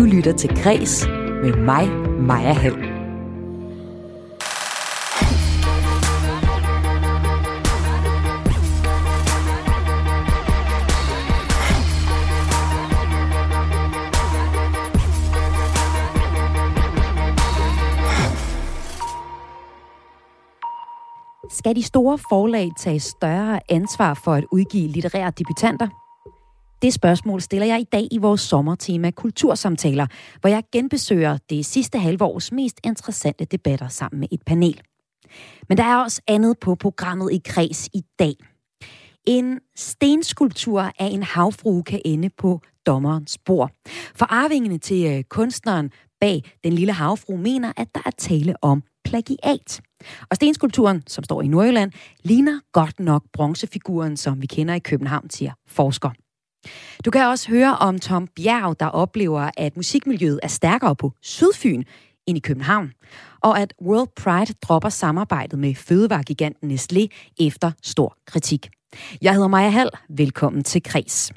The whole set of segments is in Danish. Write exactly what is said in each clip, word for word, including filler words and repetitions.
Du lytter til Kres med mig, Maja Hall. Skal de store forlag tage større ansvar for at udgive litterære debutanter? Det spørgsmål stiller jeg i dag i vores sommertema Kultursamtaler, hvor jeg genbesøger det sidste halve års mest interessante debatter sammen med et panel. Men der er også andet på programmet i Kres i dag. En stenskulptur af en havfrue kan ende på dommerens bord. For arvingene til kunstneren bag Den Lille Havfrue mener, at der er tale om plagiat. Og stenskulpturen, som står i Nordjylland, ligner godt nok bronzefiguren, som vi kender i København, siger forsker. Du kan også høre om Tom Bjerg, der oplever, at musikmiljøet er stærkere på Sydfyn end i København, og at World Pride dropper samarbejdet med fødevaregiganten Nestlé efter stor kritik. Jeg hedder Maja Hall. Velkommen til Kres.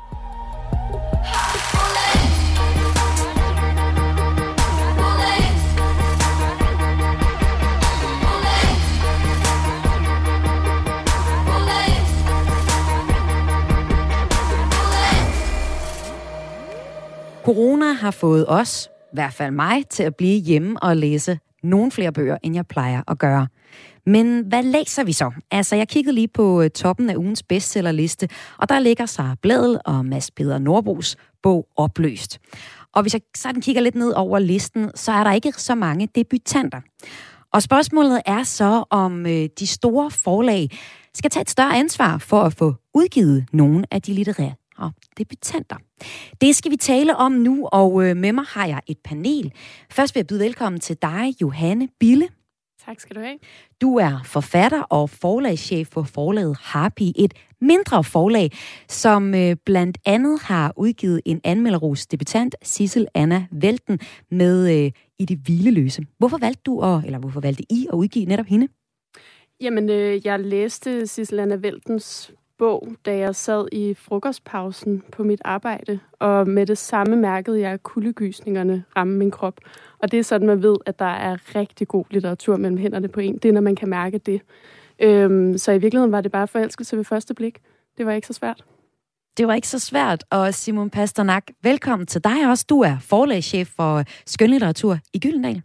Corona har fået os, i hvert fald mig, til at blive hjemme og læse nogle flere bøger, end jeg plejer at gøre. Men hvad læser vi så? Altså, jeg kiggede lige på toppen af ugens bestsellerliste, og der ligger sig Blædel og Mads Peder Nordbos bog Opløst. Og hvis jeg sådan kigger lidt ned over listen, så er der ikke så mange debutanter. Og spørgsmålet er så, om de store forlag skal tage et større ansvar for at få udgivet nogle af de litterære og debutanter. Det skal vi tale om nu, og med mig har jeg et panel. Først vil jeg byde velkommen til dig, Johanne Bille. Tak skal du have. Du er forfatter og forlagschef for forlaget Harpy, et mindre forlag, som blandt andet har udgivet en anmelderros debutant, Sissel Anna Welten, med I det hvileløse. Hvorfor valgte du, at, eller hvorfor valgte I at udgive netop hende? Jamen, øh, jeg læste Sissel Anna Weltens bog, da jeg sad i frokostpausen på mit arbejde, og med det samme mærkede jeg, at kuldegysningerne ramme min krop. Og det er sådan, man ved, at der er rigtig god litteratur mellem hænderne på en. Det er, når man kan mærke det. Øhm, så i virkeligheden var det bare forelskelse ved første blik. Det var ikke så svært. Det var ikke så svært. Og Simon Pasternak, velkommen til dig også. Du er forlagschef for skønlitteratur i Gyldendal.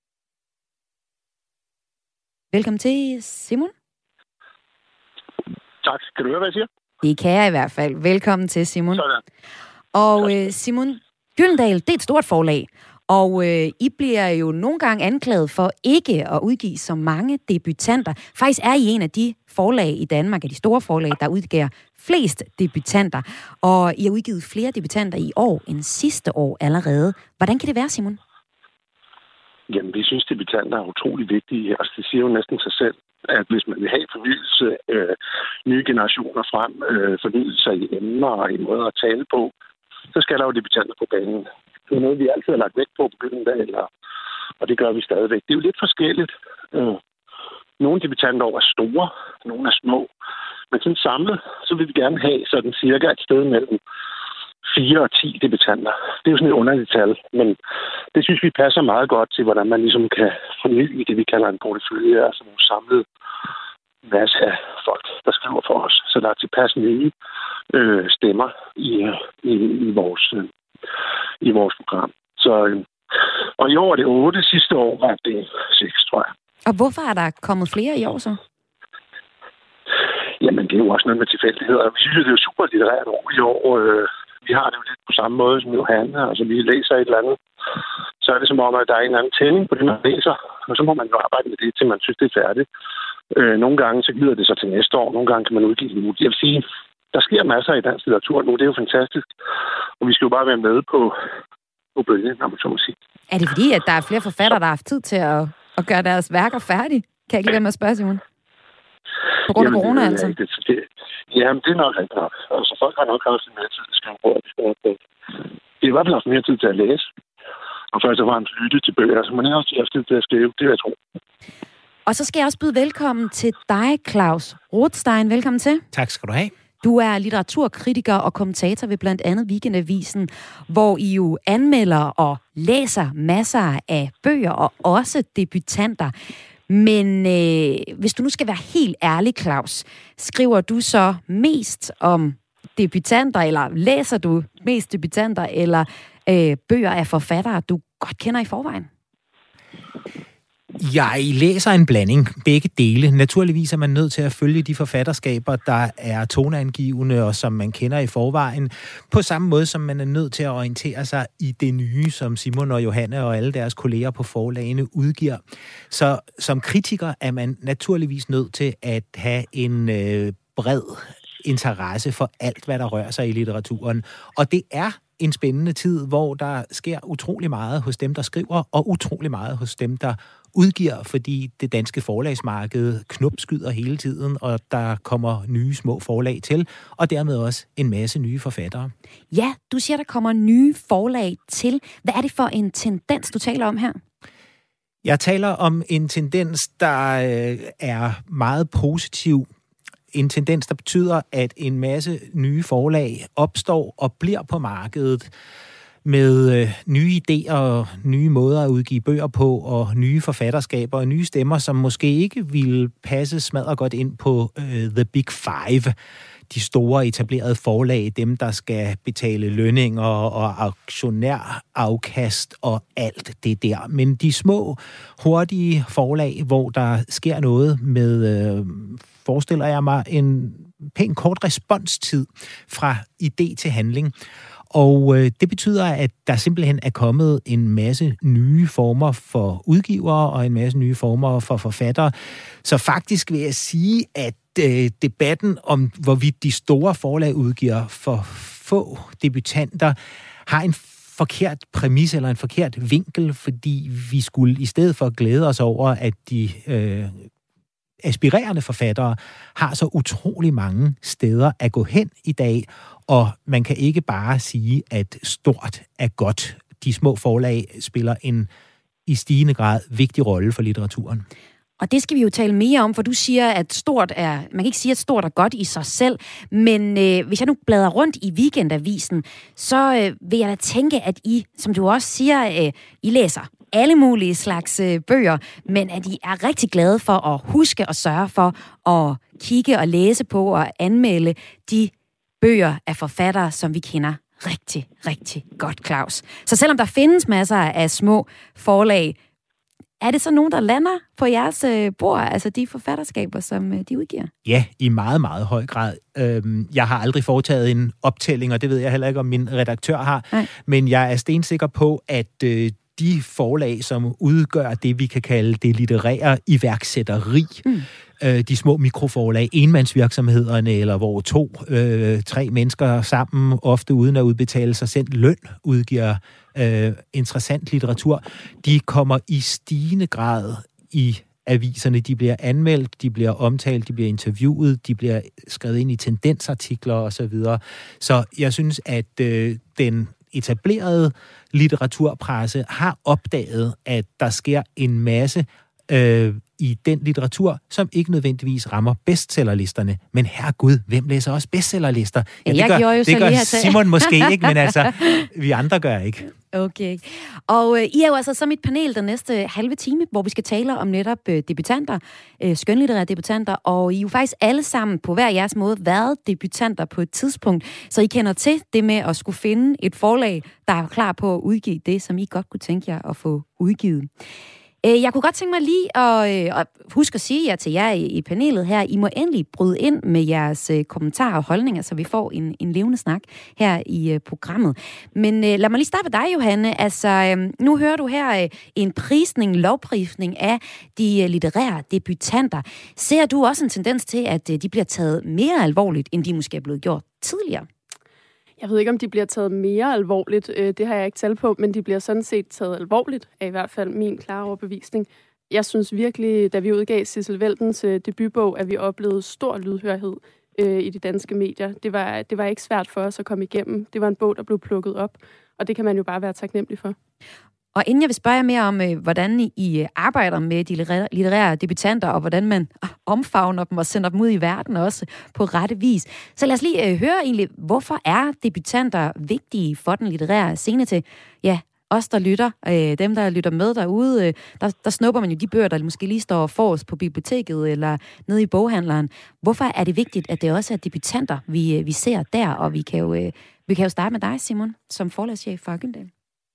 Velkommen til, Simon. Tak. Kan du høre, hvad jeg siger? Det kan jeg i hvert fald. Velkommen til, Simon. Sådan. Og øh, Simon, Gyldendal, det er et stort forlag. Og øh, I bliver jo nogle gange anklaget for ikke at udgive så mange debutanter. Faktisk er I en af de forlag i Danmark, af de store forlag, der udgiver flest debutanter. Og I har udgivet flere debutanter i år end sidste år allerede. Hvordan kan det være, Simon? Jamen, vi synes, debutanter er utrolig vigtige. Altså, det siger jo næsten sig selv, at hvis man vil have fornyelse, øh, nye generationer frem, øh, fornyelse i emner og i måder at tale på, så skal der jo debutanter på banen. Det er noget, vi altid har lagt vægt på på Gyldendal, og det gør vi stadigvæk. Det er jo lidt forskelligt. Øh, nogle debutanter er store, nogle er små. Men sådan samlet, så vil vi gerne have sådan cirka et sted mellem fire og ti debutanter. Det er jo sådan et underligt tal, men det synes vi passer meget godt til, hvordan man ligesom kan forny det, vi kalder en portefølje, altså nogle samlede masse af folk, der skriver for os. Så der er tilpas nye øh, stemmer i, i, i, vores, øh, i vores program. Så, øh, og i år er det otte, sidste år var det seks, tror jeg. Og hvorfor er der kommet flere i år så? Jamen, det er jo også noget med tilfældigheder. Vi synes, det er jo super litterært år i år. Øh, Vi har det jo lidt på samme måde som Johanne. Altså, vi læser et eller andet. Så er det som om, at der er en eller anden tænding på det, man læser. Og så må man jo arbejde med det, til man synes, det er færdigt. Øh, nogle gange så glider det så til næste år. Nogle gange kan man udgive det nu. Jeg vil sige, der sker masser i dansk litteratur nu. Det er jo fantastisk. Og vi skal jo bare være med på, på bølgen, når man så må sige. Er det fordi, at der er flere forfattere, der har haft tid til at, at gøre deres værker færdige? Kan jeg ikke lade være med at spørge, Simon? På grund af corona, det, altså? Det, det, jamen, det er nok rigtig nok. Altså, folk har nok haft mere tid at skrive på, at de skal have på. Det er i hvert fald haft mere tid til at læse. Og først og fremmest lytte til bøger, så man har også haft tid til at skrive. Det er jeg tror. Og så skal jeg også byde velkommen til dig, Claus Rothstein. Velkommen til. Tak skal du have. Du er litteraturkritiker og kommentator ved blandt andet Weekendavisen, hvor I jo anmelder og læser masser af bøger og også debutanter. Men øh, hvis du nu skal være helt ærlig, Claus, skriver du så mest om debutanter, eller læser du mest debutanter, eller øh, bøger af forfattere, du godt kender i forvejen? Jeg læser en blanding, begge dele. Naturligvis er man nødt til at følge de forfatterskaber, der er toneangivende og som man kender i forvejen, på samme måde som man er nødt til at orientere sig i det nye, som Simon og Johanne og alle deres kolleger på forlagene udgiver. Så som kritiker er man naturligvis nødt til at have en øh, bred interesse for alt, hvad der rører sig i litteraturen. Og det er en spændende tid, hvor der sker utrolig meget hos dem, der skriver, og utrolig meget hos dem, der udgiver, fordi det danske forlagsmarked knopskyder hele tiden, og der kommer nye små forlag til, og dermed også en masse nye forfattere. Ja, du siger, der kommer nye forlag til. Hvad er det for en tendens, du taler om her? Jeg taler om en tendens, der er meget positiv. En tendens, der betyder, at en masse nye forlag opstår og bliver på markedet med øh, nye idéer og nye måder at udgive bøger på, og nye forfatterskaber og nye stemmer, som måske ikke ville passe smadret godt ind på øh, The Big Five. De store etablerede forlag, dem der skal betale lønninger og aktionærafkast og alt det der. Men de små, hurtige forlag, hvor der sker noget med, øh, forestiller jeg mig, en pæn kort responstid fra idé til handling. Og øh, det betyder, at der simpelthen er kommet en masse nye former for udgivere og en masse nye former for forfattere. Så faktisk vil jeg sige, at øh, debatten om, hvorvidt de store forlag udgiver for få debutanter, har en forkert præmis eller en forkert vinkel, fordi vi skulle i stedet for glæde os over, at de øh, aspirerende forfattere har så utrolig mange steder at gå hen i dag, og man kan ikke bare sige, at stort er godt. De små forlag spiller en i stigende grad vigtig rolle for litteraturen. Og det skal vi jo tale mere om, for du siger, at stort er, man kan ikke sige, at stort er godt i sig selv, men øh, hvis jeg nu bladrer rundt i Weekendavisen, så øh, vil jeg da tænke, at I, som du også siger, øh, I læser alle mulige slags øh, bøger, men at I er rigtig glade for at huske og sørge for at kigge og læse på og anmelde de bøger af forfattere, som vi kender rigtig, rigtig godt, Claus. Så selvom der findes masser af små forlag, er det så nogen, der lander på jeres bord, altså de forfatterskaber, som de udgiver? Ja, i meget, meget høj grad. Jeg har aldrig foretaget en optælling, og det ved jeg heller ikke, om min redaktør har, Nej. Men jeg er stensikker på, at de forlag, som udgør det, vi kan kalde det litterære iværksætteri, mm. de små mikroforlag, enmandsvirksomhederne, eller hvor to, øh, tre mennesker sammen, ofte uden at udbetale sig selv løn, udgiver øh, interessant litteratur, de kommer i stigende grad i aviserne. De bliver anmeldt, de bliver omtalt, de bliver interviewet, de bliver skrevet ind i tendensartikler osv. Så jeg synes, at øh, den etablerede litteraturpresse har opdaget, at der sker en masse øh, i den litteratur, som ikke nødvendigvis rammer bestsellerlisterne. Men herregud, hvem læser også bestsellerlister? Ja, det gør, det gør Simon måske ikke, men altså, vi andre gør ikke. Okay. Og øh, I er jo altså så mit panel den næste halve time, hvor vi skal tale om netop øh, debutanter, øh, skønlitterære debutanter, og I er jo faktisk alle sammen på hver jeres måde været debutanter på et tidspunkt, så I kender til det med at skulle finde et forlag, der er klar på at udgive det, som I godt kunne tænke jer at få udgivet. Jeg kunne godt tænke mig lige at, at huske at sige jer til jer i, i panelet her, I må endelig bryde ind med jeres kommentarer og holdninger, så vi får en, en levende snak her i uh, programmet. Men uh, lad mig lige starte med dig, Johanne. Altså, um, nu hører du her uh, en prisning, lovprisning af de uh, litterære debutanter. Ser du også en tendens til, at uh, de bliver taget mere alvorligt, end de måske er blevet gjort tidligere? Jeg ved ikke, om de bliver taget mere alvorligt. Det har jeg ikke tal på, men de bliver sådan set taget alvorligt, er i hvert fald min klare overbevisning. Jeg synes virkelig, da vi udgav Sissel Vældens debutbog, at vi oplevede stor lydhørhed øh, i de danske medier. Det var, det var ikke svært for os at komme igennem. Det var en bog, der blev plukket op, og det kan man jo bare være taknemmelig for. Og inden jeg vil spørge jer mere om, øh, hvordan I, I arbejder med de litterære debutanter, og hvordan man omfavner dem og sender dem ud i verden også på rette vis, så lad os lige øh, høre egentlig, hvorfor er debutanter vigtige for den litterære scene til, ja, os, der lytter, øh, dem, der lytter med derude, øh, der, der snupper man jo de bøger, der måske lige står forrest på biblioteket eller nede i boghandleren. Hvorfor er det vigtigt, at det også er debutanter, vi, øh, vi ser der, og vi kan, jo, øh, vi kan jo starte med dig, Simon, som forlagschef for Gyldendal.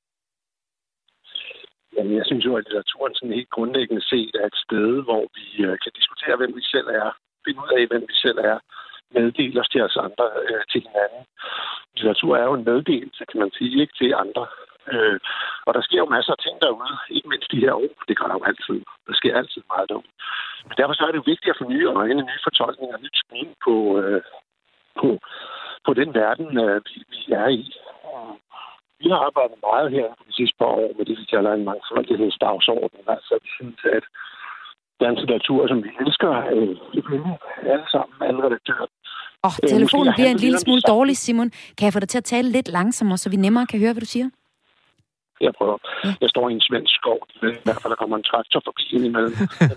Jamen, jeg synes jo, at litteraturen sådan helt grundlæggende set er et sted, hvor vi øh, kan diskutere, hvem vi selv er, finde ud af, hvem vi selv er, meddele os til os andre, øh, til hinanden. Litteratur er jo en meddelelse, kan man sige, ikke til andre. Øh, og der sker jo masser af ting derude, ikke mindst de her år. Det gør der jo altid. Der sker altid meget derude. Men derfor så er det jo vigtigt at få nye øjne, nye fortolkninger, nyt syn på, øh, på, på den verden, øh, vi, vi er i. Vi har arbejdet meget her de sidste par år med det, vi kalder en mangfoldighedsdagsorden. Altså, vi synes, at dansk litteratur, som vi elsker, øh, selvfølgelig alle sammen, alle redaktører. Åh, oh, telefonen øh, bliver en lille smule dårlig, Simon. Kan jeg få dig til at tale lidt langsommere, så vi nemmere kan høre, hvad du siger? Jeg prøver. Ja. Jeg står i en svensk skov, i hvert fald der kommer en traktor forbi imellem.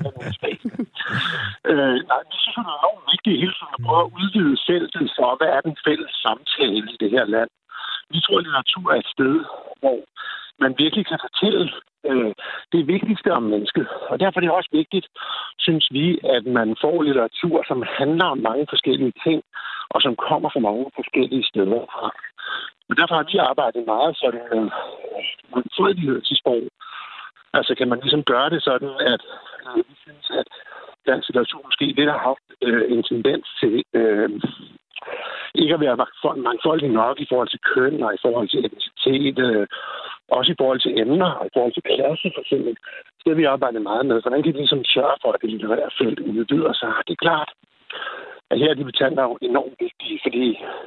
øh, nej, det synes jeg er enormt vigtigt hele tiden at prøve at udvide feltet for, hvad er den fælles samtale i det her land. Vi tror, at litteratur er et sted, hvor man virkelig kan fortælle øh, det vigtigste om mennesket. Og derfor er det også vigtigt, synes vi, at man får litteratur, som handler om mange forskellige ting, og som kommer fra mange forskellige steder fra. Og derfor har vi arbejdet meget sådan med mangfoldighed til sprog. Altså kan man ligesom gøre det sådan, at øh, vi synes, at dansk litteratur måske lidt har haft øh, en tendens til øh, ikke at være mangfoldig nok i forhold til køn og i forhold til etnicitet, øh, også i forhold til emner og i forhold til klasse for eksempel. Det har vi arbejdet meget med. Hvordan kan vi ligesom sørge for, at det litterære felt udvider sig? Det er klart, at her er debutanter jo enormt vigtige, fordi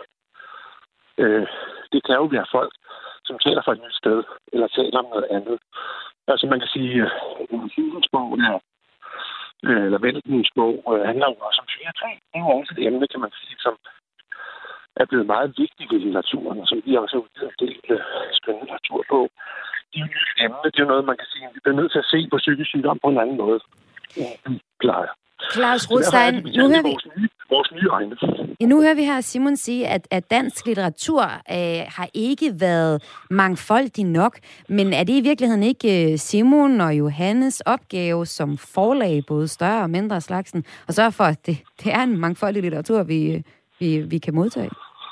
øh, det kan jo være folk, som taler fra et nyt sted, eller taler om noget andet. Altså man kan sige, at en bog, der, eller Væltens bog, handler jo også om psykiatri. Det er jo også et emne, kan man sige, som er blevet meget vigtigt i litteraturen, og som vi også har udgivet en del spændende litteratur på. Det er jo et emne, det er jo noget, man kan sige, at vi bliver nødt til at se på psykisk sygdom på en anden måde. Ja, plejer. Claus Rothstein, nu hører vi... Vores nye, vores nye egne. Ja, nu hører vi her Simon sige, at, at dansk litteratur øh, har ikke været mangfoldig nok, men er det i virkeligheden ikke øh, Simon og Johannes opgave som forlag, både større og mindre slagsen, og sørge for, at det, det er en mangfoldig litteratur, vi, vi, vi kan modtage?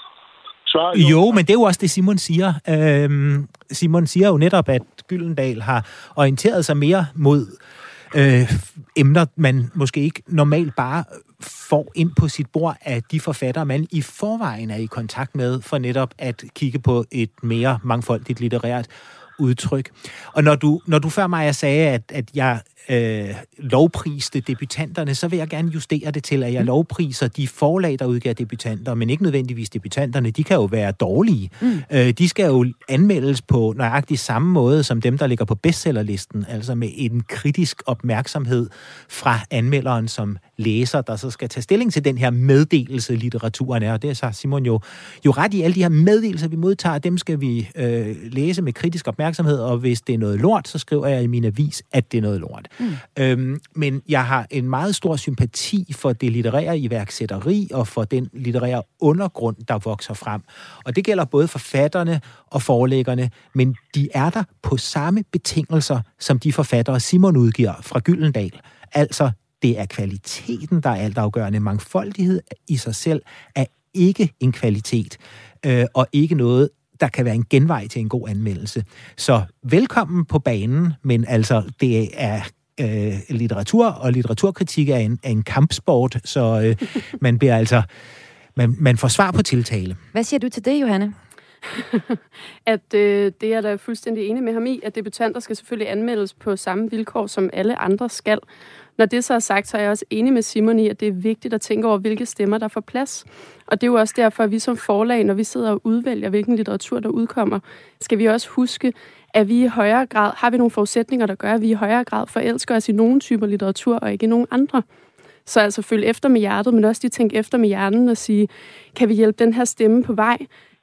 Jo, men det er jo også det, Simon siger. Øhm, Simon siger jo netop, at Gyldendal har orienteret sig mere mod øh, emner, man måske ikke normalt bare får ind på sit bord af de forfattere, man i forvejen er i kontakt med, for netop at kigge på et mere mangfoldigt litterært udtryk. Og når du, når du før mig sagde, at, at jeg øh, lovpriste debutanterne, så vil jeg gerne justere det til, at jeg lovpriser de forlag, der udgiver debutanter, men ikke nødvendigvis debutanterne. De kan jo være dårlige. Mm. Øh, de skal jo anmeldes på nøjagtig samme måde som dem, der ligger på bestsellerlisten, altså med en kritisk opmærksomhed fra anmelderen som læser, der så skal tage stilling til den her meddelelse, litteraturen er. Og det er så Simon jo, jo ret i. Alle de her meddelelser, vi modtager, dem skal vi øh, læse med kritisk opmærksomhed, og hvis det er noget lort, så skriver jeg i min avis, at det er noget lort. Mm. Øhm, men jeg har en meget stor sympati for det litterære iværksætteri og for den litterære undergrund, der vokser frem. Og det gælder både forfatterne og forlæggerne, men de er der på samme betingelser, som de forfattere Simon udgiver fra Gyldendal. Altså, det er kvaliteten, der er altafgørende. Mangfoldighed i sig selv er ikke en kvalitet, øh, og ikke noget, der kan være en genvej til en god anmeldelse. Så velkommen på banen, men altså, det er øh, litteratur, og litteraturkritik er en, er en kampsport, så øh, man bliver altså, man, man får svar på tiltale. Hvad siger du til det, Johanne? at øh, det er da fuldstændig enig med ham i, at debutanter skal selvfølgelig anmeldes på samme vilkår, som alle andre skal. Når det så er sagt, så er jeg også enig med Simon i, at det er vigtigt at tænke over, hvilke stemmer der får plads. Og det er jo også derfor, at vi som forlag, når vi sidder og udvælger, hvilken litteratur der udkommer, skal vi også huske, at vi i højere grad, har vi nogle forudsætninger, der gør, at vi i højere grad forelsker os i nogle typer litteratur, og ikke i nogen andre. Så altså følge efter med hjertet, men også lige tænke efter med hjernen og sige, kan vi hjælpe den her stemme på vej?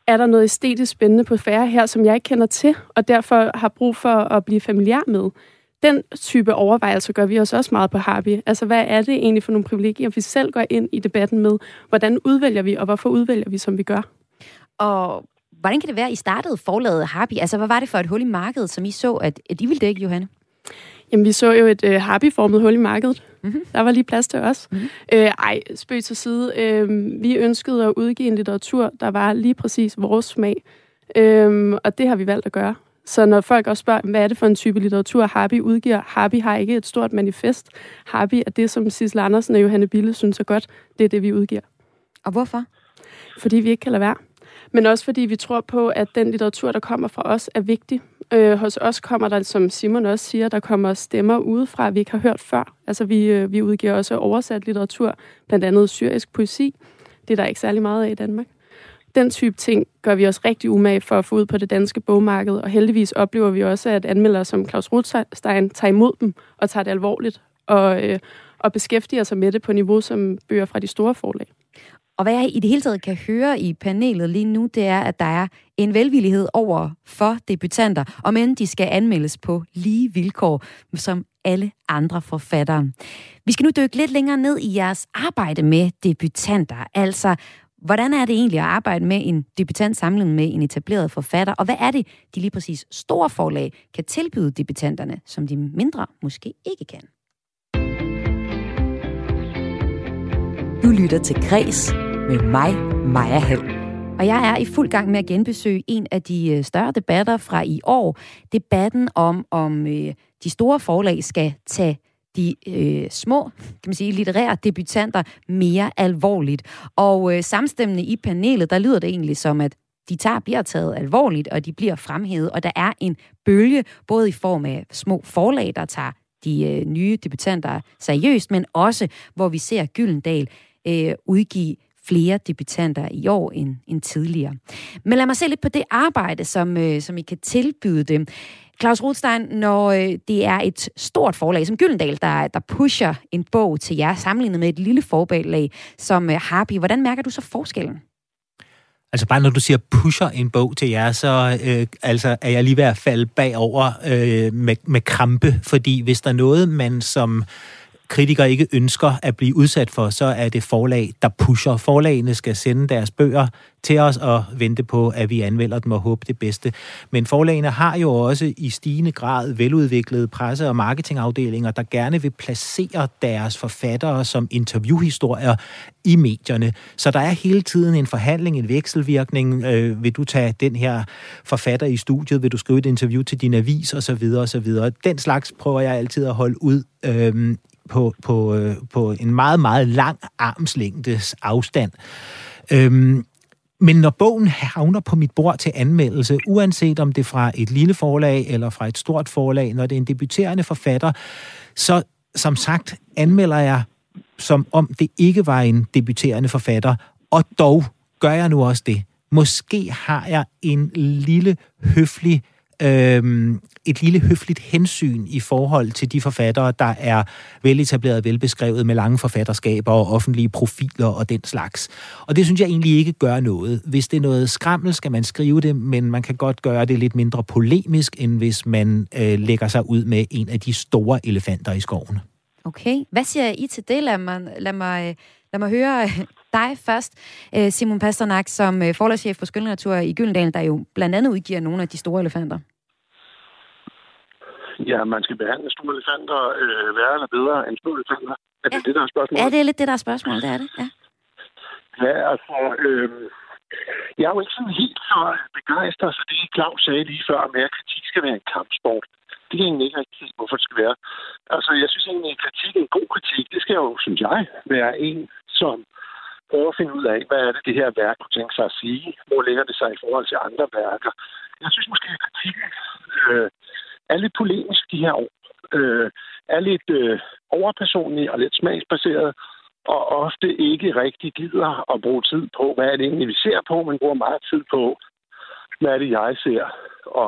er der noget æstetisk spændende på færre her, som jeg ikke kender til, og derfor har brug for at blive familiær med. Den type overvejelser gør vi os også meget på Happy. Altså, hvad er det egentlig for nogle privilegier, vi selv går ind i debatten med? Hvordan udvælger vi, og hvorfor udvælger vi, som vi gør? Og hvordan kan det være, at I startede forlaget Happy? Altså, hvad var det for et hul i markedet, som I så, at, at I ville dække, Johanne? Jamen, vi så jo et øh, Happy-formet hul i markedet. Mm-hmm. Der var lige plads til os. Mm-hmm. Øh, ej, spøg til side. Øh, vi ønskede at udgive en litteratur, der var lige præcis vores smag. Øh, og det har vi valgt at gøre. Så når folk også spørger, hvad er det for en type litteratur, Happy udgiver? Happy har ikke et stort manifest. Happy er det, som Sissel Andersen og Johanne Bille synes er godt. Det er det, vi udgiver. Og hvorfor? Fordi vi ikke kan lade være. Men også fordi vi tror på, at den litteratur, der kommer fra os, er vigtig. Øh, hos os kommer der, som Simon også siger, der kommer stemmer udefra, vi ikke har hørt før. Altså, vi, øh, vi udgiver også oversat litteratur, blandt andet syrisk poesi. Det er der ikke særlig meget af i Danmark. Den type ting gør vi os rigtig umage for at få ud på det danske bogmarked, og heldigvis oplever vi også, at anmeldere som Claus Rothstein tager imod dem og tager det alvorligt, og, øh, og beskæftiger sig med det på niveau som bøger fra de store forlag. Og hvad jeg i det hele taget kan høre i panelet lige nu, det er, at der er en velvillighed over for debutanter, om end de skal anmeldes på lige vilkår som alle andre forfattere. Vi skal nu dykke lidt længere ned i jeres arbejde med debutanter. Altså, hvordan er det egentlig at arbejde med en debutant sammenlignet med en etableret forfatter? Og hvad er det, de lige præcis store forlag kan tilbyde debutanterne, som de mindre måske ikke kan? Du lytter til Græs med mig, Maja Hall. Og jeg er i fuld gang med at genbesøge en af de større debatter fra i år. Debatten om, om øh, de store forlag skal tage de øh, små, kan man sige, litterære debutanter mere alvorligt. Og øh, samstemmende i panelet, der lyder det egentlig som, at de tager, bliver taget alvorligt, og de bliver fremhævet. Og der er en bølge, både i form af små forlag, der tager de øh, nye debutanter seriøst, men også, hvor vi ser Gyldendal øh, udgive flere debutanter i år end, end tidligere. Men lad mig se lidt på det arbejde, som, øh, som I kan tilbyde dem. Claus Rothstein, når øh, det er et stort forlag som Gyldendal, der, der pusher en bog til jer, sammenlignet med et lille forlag som øh, Happy, hvordan mærker du så forskellen? Altså bare når du siger pusher en bog til jer, så øh, altså, er jeg lige ved at falde bagover øh, med, med krampe, fordi hvis der er noget, man som kritikere ikke ønsker at blive udsat for, så er det forlag, der pusher. Forlagene skal sende deres bøger til os og vente på, at vi anmelder dem og håbe det bedste. Men forlagene har jo også i stigende grad veludviklede presse- og marketingafdelinger, der gerne vil placere deres forfattere som interviewhistorier i medierne. Så der er hele tiden en forhandling, en vekselvirkning. Øh, vil du tage den her forfatter i studiet? Vil du skrive et interview til din avis? Og så videre, og så videre. Den slags prøver jeg altid at holde ud øh, På, på, øh, på en meget, meget lang armslængdes afstand. Øhm, men når bogen havner på mit bord til anmeldelse, uanset om det er fra et lille forlag eller fra et stort forlag, når det er en debuterende forfatter, så som sagt anmelder jeg, som om det ikke var en debuterende forfatter, og dog gør jeg nu også det. Måske har jeg en lille høflig Øhm, et lille høfligt hensyn i forhold til de forfattere, der er veletableret, velbeskrevet med lange forfatterskaber og offentlige profiler og den slags. Og det synes jeg egentlig ikke gør noget. Hvis det er noget skrammel, skal man skrive det, men man kan godt gøre det lidt mindre polemisk, end hvis man øh, lægger sig ud med en af de store elefanter i skoven. Okay. Hvad siger I til det? Lad mig, lad mig, lad mig høre dig først, Simon Pasternak, som forlagschef for skønlitteratur i Gyldendal, der jo blandt andet udgiver nogle af de store elefanter. Ja, man skal behandle store elefanter øh, værre eller bedre end små elefanter. Er det ja. det, der er spørgsmålet? Ja, det er lidt det, der er spørgsmålet. Det er det, ja. Ja, altså, øh, jeg er jo ikke sådan helt så begejstret for det, Claus sagde lige før, med at kritik skal være en kampsport. Det er egentlig ikke rigtig, hvorfor det skal være. Altså, jeg synes egentlig, at kritik, en god kritik, det skal jo, synes jeg, være en, som prøver at finde ud af, hvad er det, det her værk kunne tænke sig at sige? Hvor ligger det sig i forhold til andre værker? Jeg synes måske, at kritikken øh, er lidt polemisk de her år. Øh, er lidt øh, overpersonlig og lidt smagsbaseret, og ofte ikke rigtig gider at bruge tid på, hvad er det egentlig, vi ser på, men bruger meget tid på, hvad er det, jeg ser, og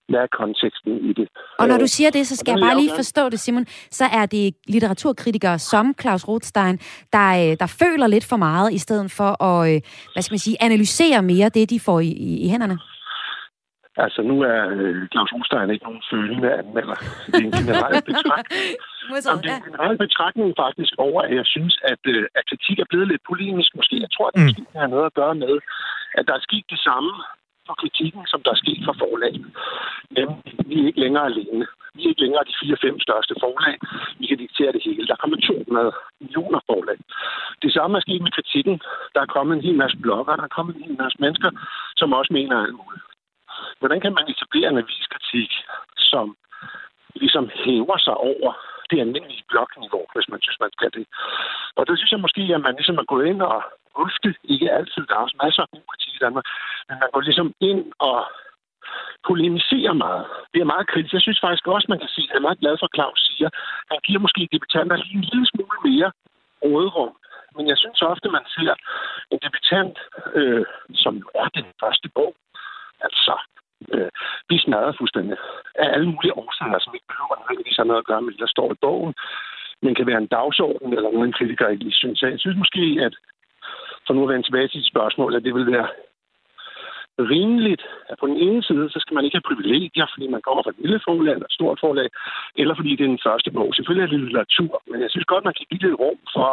hvad er konteksten i det? Og når du siger det, så skal jeg bare lige forstå det, Simon. Så er det litteraturkritikere som Klaus Rothstein, der, der føler lidt for meget, i stedet for at, hvad skal man sige, analysere mere det, de får i, i, i hænderne? Altså, nu er øh, Klaus Rothstein ikke nogen følende anmelder. Det er en generel betragtning. Jamen, det er en generel betragtning faktisk over, at jeg synes, at, øh, at kritik er blevet lidt polemisk. Måske. Jeg tror, at det måske har noget at gøre med, at der er sket det samme for kritikken, som der er sket for forlaget. Men vi er ikke længere alene. Vi er ikke længere de fire-fem største forlag. Vi kan diktere det hele. Der kommer to hundrede millioner forlag. Det samme er sket med kritikken. Der er kommet en hel masse blogger, der er kommet en hel masse mennesker, som også mener alt muligt. Hvordan kan man etablere en aviskritik, som ligesom hæver sig over det almindelige blogniveau, hvis man synes, man skal det? Og der synes jeg måske, at man ligesom er gået ind og ofte, ikke altid, der er også masser af god kritik i Danmark, men man går ligesom ind og polemiserer meget. Det er meget kritisk. Jeg synes faktisk også, man kan sige, at jeg er meget glad for, at Claus siger, at han giver måske debutanter lige en lille smule mere råderum. Men jeg synes ofte, man ser en debutant, øh, som jo er den første bog, altså øh, vi smadrer fuldstændig af alle mulige årsager, som ikke behøver nødvendigvis have noget at gøre med det, der står i bogen, men kan være en dagsorden eller noget, en kritiker ikke lige synes. Jeg synes måske, at for nu at vende tilbage til et spørgsmål, at det vil være rimeligt, at på den ene side, så skal man ikke have privilegier, fordi man kommer fra et lille forlag eller et stort forlag, eller fordi det er den første bog. Selvfølgelig er det litteratur, men jeg synes godt, man kan give lidt rum for,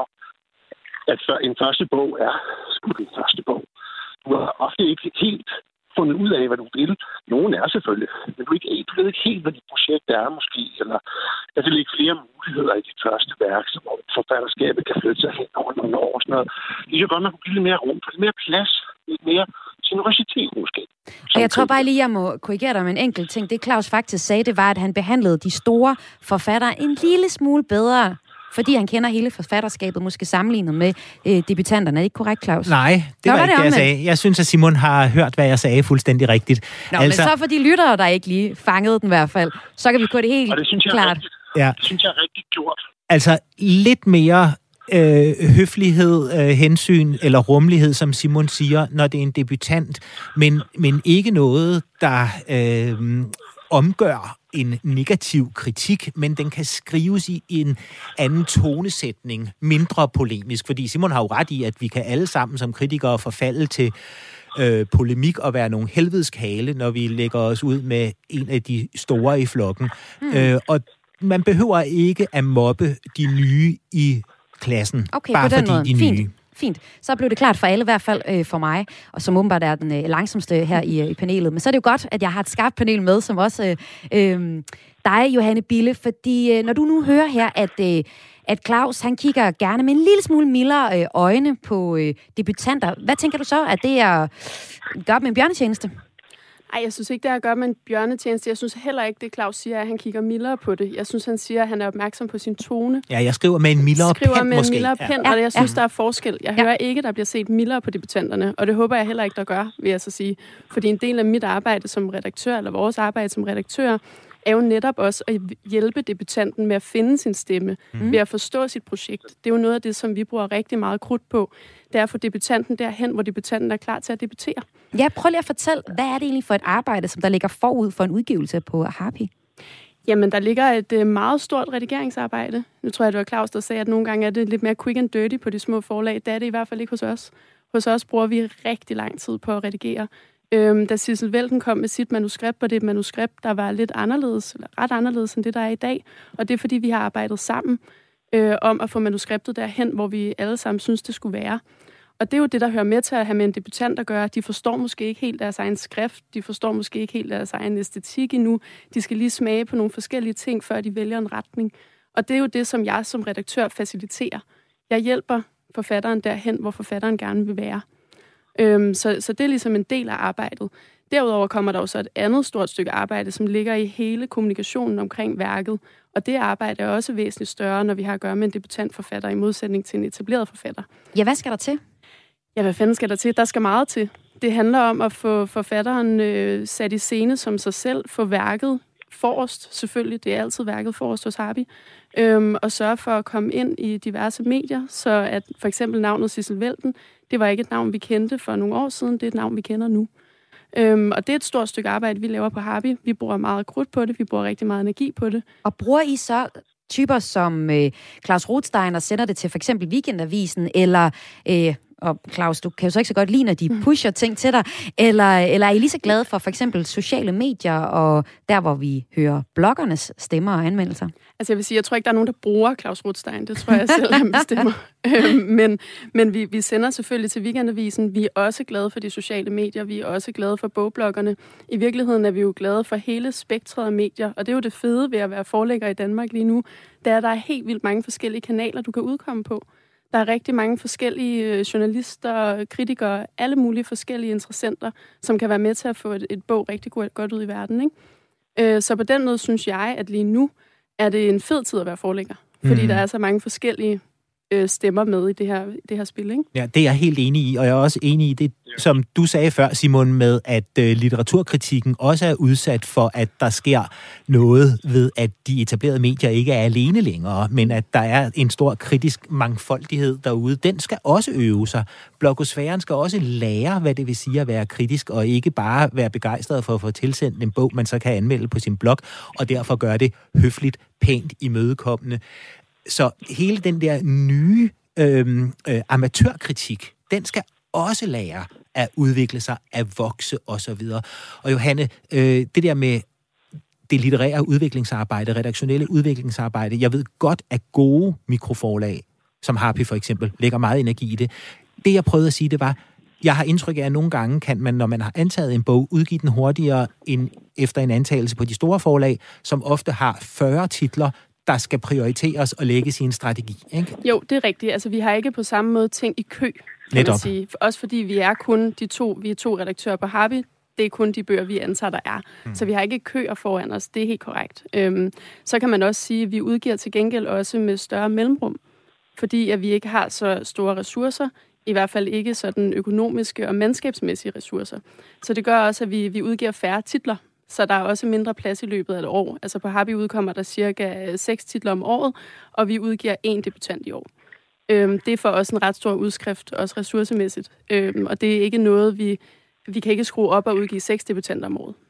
at en første bog er sgu den første bog. Du har ofte ikke helt fundet ud af, hvad du vil. Nogen er selvfølgelig, men du, ikke, du ved ikke helt, hvad dit projekt er måske, eller der vil ligge flere muligheder i dit første værk, som forfatterskabet kan flytte sig hen over nogle år og sådan noget. Det er jo godt, man kunne give lidt mere rum, for lidt mere plads, lidt mere generøsitet måske. Og jeg tror bare lige, jeg må korrigere dig med en enkelt ting. Det Claus faktisk sagde, det var, at han behandlede de store forfattere en lille smule bedre, fordi han kender hele forfatterskabet, måske sammenlignet med øh, debutanterne. Er det ikke korrekt, Claus? Nej, det Nå, var, var ikke det, jeg sagde. Jeg synes, at Simon har hørt, hvad jeg sagde fuldstændig rigtigt. Nå, altså, men så for de lyttere, der ikke lige fangede den i hvert fald, så kan vi gå det helt og det synes jeg klart. Rigtigt. Ja. Det synes jeg er rigtig gjort. Altså, lidt mere øh, høflighed, øh, hensyn eller rummelighed, som Simon siger, når det er en debutant, men, men ikke noget, der øh, omgør en negativ kritik, men den kan skrives i en anden tonesætning, mindre polemisk, fordi Simon har jo ret i, at vi kan alle sammen som kritikere forfalde til øh, polemik og være nogle helvedeskale, når vi lægger os ud med en af de store i flokken. Mm. Øh, og man behøver ikke at mobbe de nye i klassen, okay, bare på den fordi måde. de nye. Fint. Fint. Så blev det klart for alle, i hvert fald øh, for mig, og som åbenbart er den øh, langsomste her i, i panelet. Men så er det jo godt, at jeg har et skarpt panel med, som også øh, øh, dig, Johanne Bille, fordi øh, når du nu hører her, at, øh, at Claus, han kigger gerne med en lille smule mildere øh, øjne på øh, debutanter, hvad tænker du så, at det er gør med en bjørnetjeneste? Ej, jeg synes ikke, det er at gøre med en bjørnetjeneste. Jeg synes heller ikke, det Claus siger, at han kigger mildere på det. Jeg synes, han siger, at han er opmærksom på sin tone. Ja, jeg skriver med en mildere skriver pen, med måske. en mildere pen, ja. Og jeg synes, ja. Der er forskel. Jeg ja. hører ikke, der bliver set mildere på debutanterne, og det håber jeg heller ikke, der gør, vil jeg så sige. Fordi en del af mit arbejde som redaktør, eller vores arbejde som redaktør, er jo netop også at hjælpe debutanten med at finde sin stemme, mm. ved at forstå sit projekt. Det er jo noget af det, som vi bruger rigtig meget krudt på. Det er at få debutanten derhen, hvor debutanten er klar til at debutere. Ja, prøv lige at fortælle, hvad er det egentlig for et arbejde, som der ligger forud for en udgivelse på Harpy? Jamen, der ligger et meget stort redigeringsarbejde. Nu tror jeg, det var Claus, der sagde, at nogle gange er det lidt mere quick and dirty på de små forlag. Det er det i hvert fald ikke hos os. Hos os bruger vi rigtig lang tid på at redigere. Øhm, da Sissel Welten kom med sit manuskript, og det et manuskript, der var lidt anderledes, eller ret anderledes end det, der er i dag. Og det er, fordi vi har arbejdet sammen øh, om at få manuskriptet derhen, hvor vi alle sammen synes, det skulle være. Og det er jo det, der hører med til at have med en debutant at gøre. De forstår måske ikke helt deres egen skrift, de forstår måske ikke helt deres egen æstetik endnu. De skal lige smage på nogle forskellige ting, før de vælger en retning. Og det er jo det, som jeg som redaktør faciliterer. Jeg hjælper forfatteren derhen, hvor forfatteren gerne vil være. Øhm, så, så det er ligesom en del af arbejdet. Derudover kommer der jo så et andet stort stykke arbejde, som ligger i hele kommunikationen omkring værket. Og det arbejde er også væsentligt større, når vi har at gøre med en debutantforfatter i modsætning til en etableret forfatter. Ja, hvad skal der til? Ja, hvad fanden skal der til? Der skal meget til. Det handler om at få forfatteren øh, sat i scene som sig selv, få værket forrest, selvfølgelig, det er altid værket forrest hos Harpy, øhm, og sørge for at komme ind i diverse medier, så at for eksempel navnet Sissel Welten, det var ikke et navn, vi kendte for nogle år siden, det er et navn, vi kender nu. Øhm, og det er et stort stykke arbejde, vi laver på Harpy. Vi bruger meget krudt på det, vi bruger rigtig meget energi på det. Og bruger I så typer som øh, Claus Rothstein og sender det til for eksempel Weekendavisen, eller... Øh, og Claus, du kan jo så ikke så godt lide, når de pusher ting til dig, eller, eller er I lige så glade for for eksempel sociale medier, og der, hvor vi hører bloggernes stemmer og anmeldelser? Altså jeg vil sige, jeg tror ikke, der er nogen, der bruger Claus Rothstein. Det tror jeg selv, han bestemmer. men men vi, vi sender selvfølgelig til Weekendavisen. Vi er også glade for de sociale medier. Vi er også glade for bogbloggerne. I virkeligheden er vi jo glade for hele spektret af medier, og det er jo det fede ved at være forlægger i Danmark lige nu. Det er, at der er helt vildt mange forskellige kanaler, du kan udkomme på. Der er rigtig mange forskellige journalister, kritikere, alle mulige forskellige interessenter, som kan være med til at få et, et bog rigtig godt ud i verden. Ikke? Så på den måde synes jeg, at lige nu er det en fed tid at være forlægger. Fordi mm. der er så mange forskellige øh, stemmer med i det her, det her spil. Ikke? Ja, det er jeg helt enig i, og jeg er også enig i det, som du sagde før, Simon, med at øh, litteraturkritikken også er udsat for, at der sker noget ved, at de etablerede medier ikke er alene længere, men at der er en stor kritisk mangfoldighed derude. Den skal også øve sig. Blogosfæren skal også lære, hvad det vil sige at være kritisk, og ikke bare være begejstret for at få tilsendt en bog, man så kan anmelde på sin blog, og derfor gøre det høfligt, pænt, imødekommende. Så hele den der nye øh, øh, amatørkritik, den skal også lære at udvikle sig, at vokse osv. Og Johanne, øh, det der med det litterære udviklingsarbejde, redaktionelle udviklingsarbejde, jeg ved godt, at gode mikroforlag, som Harpy for eksempel, lægger meget energi i det. Det jeg prøvede at sige, det var, jeg har indtryk af, at nogle gange kan man, når man har antaget en bog, udgive den hurtigere end efter en antagelse på de store forlag, som ofte har fyrre titler, der skal prioriteres og lægges i en strategi, ikke? Jo, det er rigtigt. Altså, vi har ikke på samme måde ting i kø, kan Netop. man sige. Også fordi vi er kun de to, vi er to redaktører på Harpy. Det er kun de bøger, vi antager, der er. Mm. Så vi har ikke køer foran os. Det er helt korrekt. Øhm, så kan man også sige, at vi udgiver til gengæld også med større mellemrum. Fordi at vi ikke har så store ressourcer, i hvert fald ikke sådan økonomiske og mandskabsmæssige ressourcer. Så det gør også, at vi, vi udgiver færre titler. Så der er også mindre plads i løbet af et år. Altså på Harpy udkommer der cirka seks titler om året, og vi udgiver én debutant i år. Øhm, det er for os en ret stor udskrift, også ressourcemæssigt. Øhm, og det er ikke noget, vi... Vi kan ikke skrue op og udgive seks debutanter om året.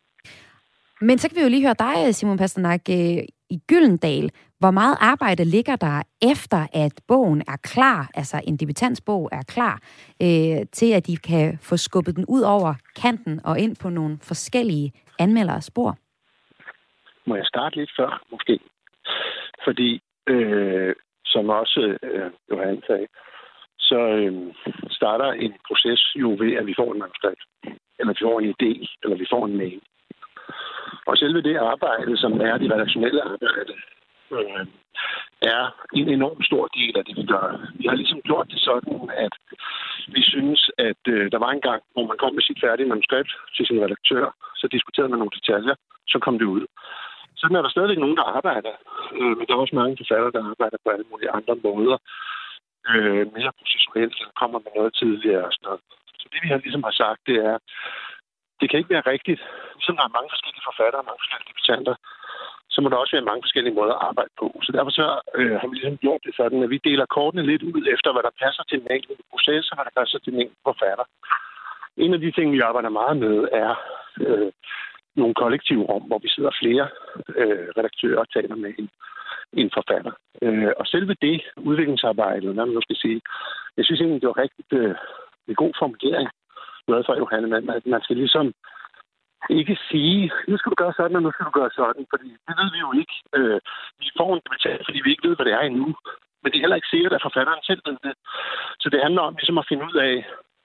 Men så kan vi jo lige høre dig, Simon Pasternak, i Gyldendal. Hvor meget arbejde ligger der efter, at bogen er klar, altså en debutantsbog er klar, øh, til at de kan få skubbet den ud over kanten og ind på nogle forskellige anmeldere spor? Må jeg starte lidt før, måske? Fordi, øh, som også øh, Johan sagde, så øh, starter en proces jo ved, at vi får en manuskript, eller vi får en idé, eller vi får en mail. Og selve det arbejde, som er det redaktionelle arbejde, øh, er en enorm stor del af det, vi gør. Vi har ligesom gjort det sådan, at vi synes, at øh, der var en gang, hvor man kom med sit færdige manuskript til sin redaktør, så diskuterede man nogle detaljer, så kom det ud. Sådan er der stadigvæk nogen, der arbejder, øh, men der er også mange forfattere, der arbejder på alle mulige andre måder. Øh, mere processuelt, eller kommer med noget tidligere og sådan noget. Så det, vi har ligesom har sagt, det er, det kan ikke være rigtigt. Ligesom der er mange forskellige forfattere og mange forskellige debutanter, så må der også være mange forskellige måder at arbejde på. Så derfor så øh, har vi ligesom gjort det sådan, at vi deler kortene lidt ud efter, hvad der passer til den enkelte proces, og hvad der passer til den enkelte forfatter. En af de ting, vi arbejder meget med, er øh, nogle kollektive rum, hvor vi sidder flere øh, redaktører og taler med en en forfatter. Øh, og selve det udviklingsarbejde, hvad man nu skal sige, jeg synes egentlig, det var rigtig øh, en god formulering. Noget for Johanne, at man, man skal ligesom ikke sige, nu skal du gøre sådan, og nu skal du gøre sådan, fordi det ved vi jo ikke. Øh, vi får en debutant, fordi vi ikke ved, hvad det er endnu. Men det er heller ikke sikkert, at forfatteren selv ved det. Så det handler om ligesom at finde ud af,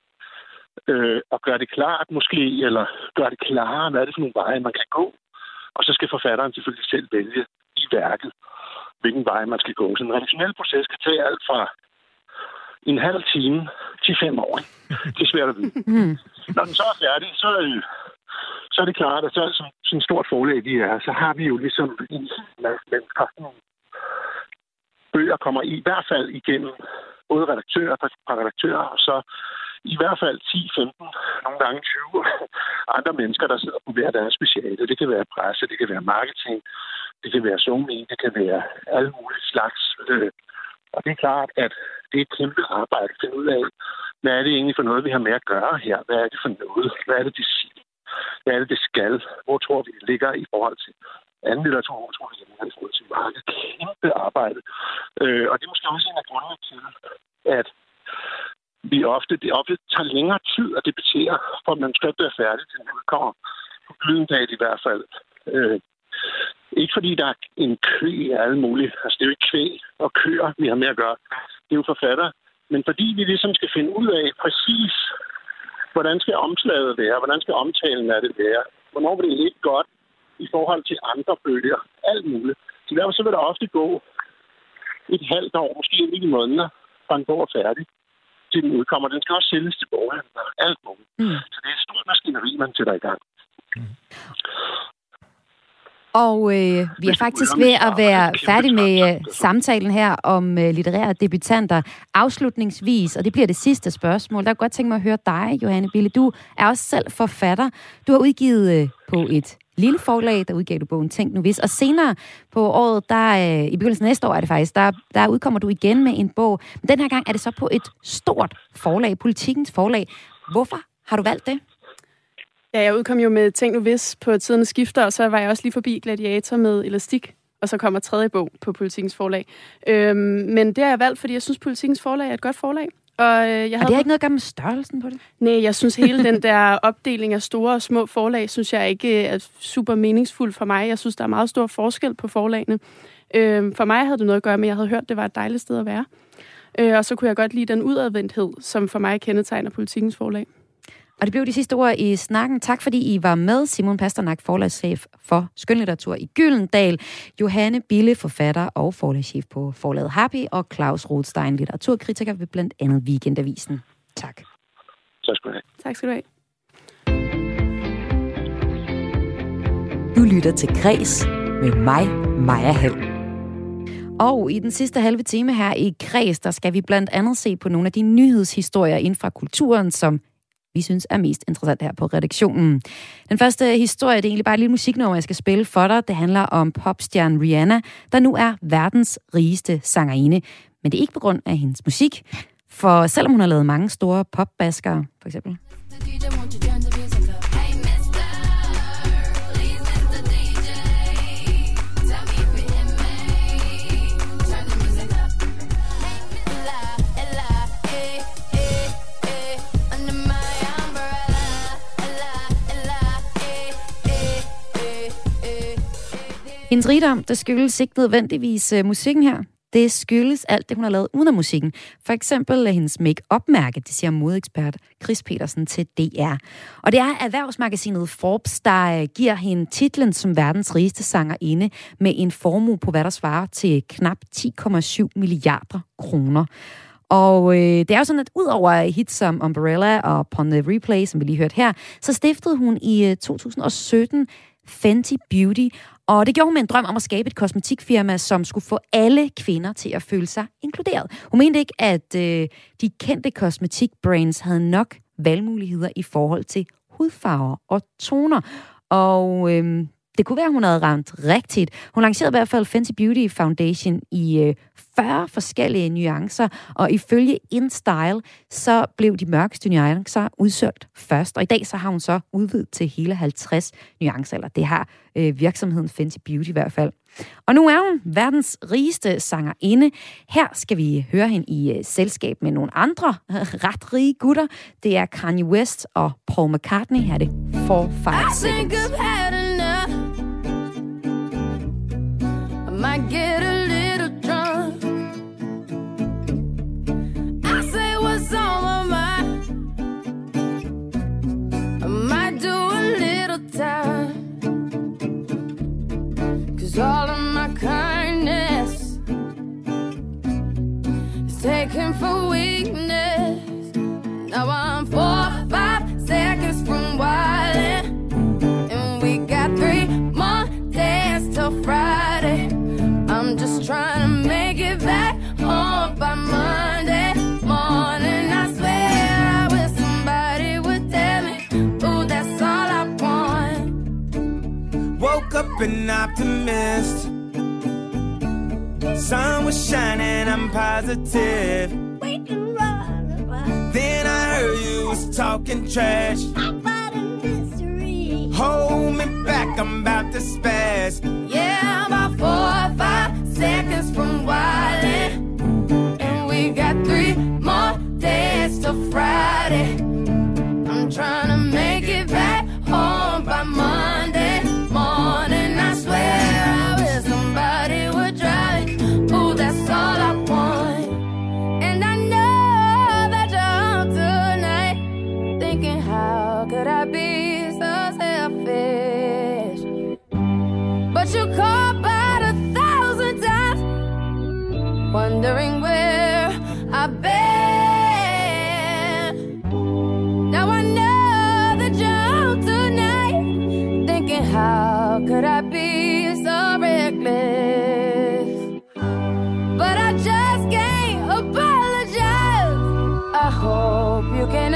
øh, at gøre det klart måske, eller gøre det klarere, hvad er det for nogle veje, man kan gå. Og så skal forfatteren selvfølgelig selv vælge i værket, hvilken vej man skal gå. Så en redaktionel proces kan tage alt fra en halv time til fem år. Det er svært at vide. Mm. Når den så er færdig, så, øh, så er det klart, at så, som, som stort forlag vi er, så har vi jo ligesom en mennesker. Bøger kommer i hvert fald igennem både redaktører og redaktører, og så i hvert fald ti, femten, nogle gange tyve andre mennesker, der sidder på hver deres speciale. Det kan være presse, det kan være marketing, det kan være somi, det kan være alle mulige slags. Og det er klart, at det er et kæmpe arbejde at finde ud af, hvad er det egentlig for noget, vi har med at gøre her? Hvad er det for noget? Hvad er det, de siger? Hvad er det, det skal? Hvor tror vi, det ligger i forhold til anden litteratur? Hvor tror vi, det ligger i forhold til meget kæmpe arbejde? Øh, og det er måske også en af grundene til, at vi ofte, det ofte tager længere tid at debattere, for at manuskriptet er færdigt, til det kommer på Gyldendal i hvert fald. Øh, ikke fordi der er en kø af alle mulige. Altså, det er jo ikke kvæg og køer, vi har med at gøre. Det er jo forfattere. Men fordi vi ligesom skal finde ud af præcis, hvordan skal omslaget være, hvordan skal omtalen af det være, hvornår vil det ligge godt i forhold til andre bøger, alt muligt. Så derfor så vil der ofte gå et halvt år, måske en lille måneder, fra en bog er færdig, til den udkommer. Den skal også sælges til boghandler, alt muligt. Mm. Så det er et stort maskineri, man sætter i gang. Mm. Og øh, vi er faktisk ved at være færdige med øh, samtalen her om øh, litterære debutanter. Afslutningsvis, og det bliver det sidste spørgsmål, der kunne godt tænke mig at høre dig, Johanne Bille. Du er også selv forfatter. Du har udgivet øh, på et lille forlag, der udgav du bogen Tænk nu hvis. Og senere på året, der, øh, i begyndelsen af næste år er det faktisk, der, der udkommer du igen med en bog. Men den her gang er det så på et stort forlag, Politikens forlag. Hvorfor har du valgt det? Ja, jeg udkom jo med Tænk nu hvis på Tidens Skifter, og så var jeg også lige forbi Gladiator med Elastik, og så kommer tredje bog på Politikens forlag. Øhm, men det har jeg valgt, fordi jeg synes, Politikens forlag er et godt forlag. Og, øh, jeg havde... og det er ikke noget at gøre med størrelsen på det? Nej, jeg synes hele den der opdeling af store og små forlag, synes jeg ikke er super meningsfuld for mig. Jeg synes, der er meget stor forskel på forlagene. Øhm, for mig havde det noget at gøre med, at jeg havde hørt, at det var et dejligt sted at være. Øh, og så kunne jeg godt lide den udadvendthed, som for mig kendetegner Politikens forlag. Og det blev de sidste ord i snakken. Tak fordi I var med. Simon Pasternak, forlagschef for skønlitteratur i Gyldendal. Johanne Bille, forfatter og forlagschef på forlaget Happy. Og Claus Rothstein, litteraturkritiker ved blandt andet Weekendavisen. Tak. Tak skal du have. Tak skal du have. Du lytter til Kres med mig, Maja Hall. Og i den sidste halve time her i Kres, der skal vi blandt andet se på nogle af de nyhedshistorier inden fra kulturen, som vi synes er mest interessant her på redaktionen. Den første historie, det er egentlig bare et lille musiknummer, jeg skal spille for dig. Det handler om popstjernen Rihanna, der nu er verdens rigeste sangerinde. Men det er ikke på grund af hendes musik, for selvom hun har lavet mange store popbaskere, for eksempel. Hendes rigdom, der skyldes ikke nødvendigvis uh, musikken her. Det skyldes alt det, hun har lavet uden af musikken. For eksempel uh, hendes make-up-mærke, det siger modekspert Chris Petersen til D R. Og det er erhvervsmagasinet Forbes, der uh, giver hende titlen som verdens rigeste sangerinde med en formue på, hvad der svarer til knap ti komma syv milliarder kroner. Og øh, det er jo sådan, at ud over hits som Umbrella og Upon the Replay, som vi lige hørte her, så stiftede hun i øh, to tusind og sytten Fenty Beauty, og det gjorde hun med en drøm om at skabe et kosmetikfirma, som skulle få alle kvinder til at føle sig inkluderet. Hun mente ikke, at øh, de kendte kosmetikbrands havde nok valgmuligheder i forhold til hudfarver og toner, og øh, det kunne være, at hun havde ramt rigtigt. Hun lancerede i hvert fald Fenty Beauty Foundation i øh, fyrre forskellige nuancer, og ifølge InStyle, så blev de mørkeste nuancer udsolgt først, og i dag så har hun så udvidet til hele halvtreds nuancer, eller det har øh, virksomheden Fenty Beauty i hvert fald. Og nu er hun verdens rigeste sangerinde. Her skal vi høre hende i øh, selskab med nogle andre øh, ret rige gutter. Det er Kanye West og Paul McCartney. Her er det four five seconds. Might get a little drunk. I say what's on my mind. I might do a little time. Cause all of my kindness is taken for weakness. Now I'm four, five seconds from wildin', and we got three more days till Friday. I'm just trying to make it back home by Monday morning. I swear I wish somebody would tell me, ooh, that's all I want. Woke up an optimist. Sun was shining, I'm positive. Then I was talking trash. About a mystery. Hold me back, I'm about to spaz. Yeah, about four or five seconds from wildin'. And we got three more days till Friday. I'm trying to make it back home by Monday morning. I swear I wish somebody would drive it. Ooh, that's all I want. And I know that you're home tonight, thinking how could I be so selfish? But you called about a thousand times, wondering where I've been. Now I know that you're home tonight, thinking how could I be so reckless? But I just can't apologize. I hope you can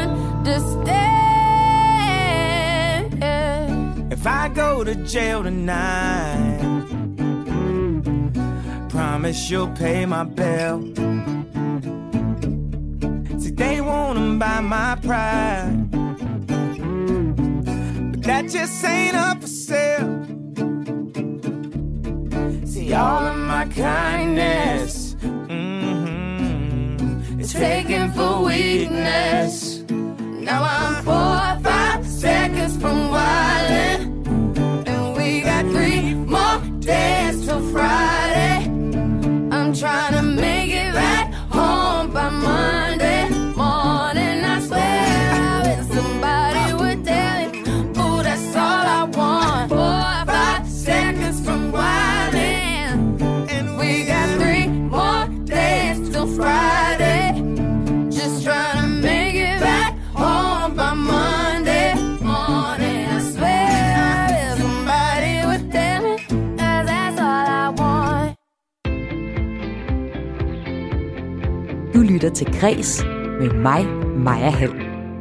understand. If I go to jail tonight, promise you'll pay my bill. See, they wanna buy my pride, but that just ain't up for sale. See, all of my kindness, mm-hmm, is taken for weakness. Now I'm four or five seconds from wildin', and we got three more days till Friday. I'm trying to make it back home by Monday morning. I swear I wish somebody would tell it. Ooh, that's all I want. Four or five seconds from wildin', and we got three more days till Friday. Just trying to make it back home by Monday morning. I swear I wish somebody would tell me, 'cause that's all I want. Du lytter til Græs med mig, Maja Hall.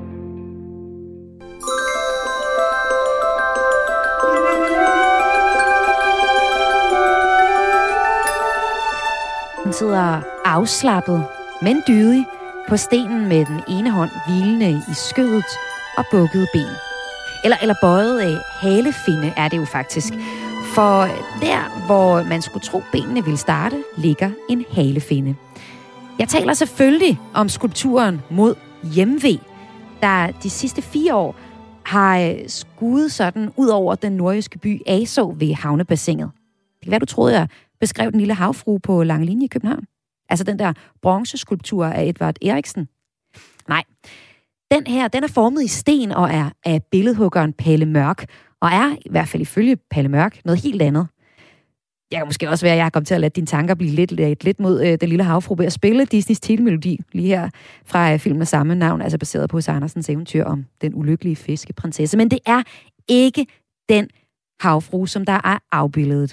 Hun sidder afslappet, men dydig, på stenen med den ene hånd hvilende i skødet og bukkede ben. Eller, eller bøjet af halefinde er det jo faktisk. For der, hvor man skulle tro benene ville starte, ligger en halefinde. Jeg taler selvfølgelig om skulpturen mod hjemve, der de sidste fire år har skudt sådan ud over den nordjyske by Asaa ved havnebassinet. Det kan være, du troede, jeg beskrev den lille havfrue på Langelinje i København. Altså den der bronzeskulptur af Edvard Eriksen. Nej, den her, den er formet i sten og er af billedhuggeren Palle Mørk, og er, i hvert fald ifølge Palle Mørk, noget helt andet. Jeg kan måske også være, at jeg har kommet til at lade dine tanker blive lidt, lidt, lidt mod øh, den lille havfrue ved at spille Disneys titelmelodi lige her fra øh, filmen af samme navn, altså baseret på H C Andersens eventyr om den ulykkelige fiskeprinsesse. Men det er ikke den havfrue, som der er afbildet.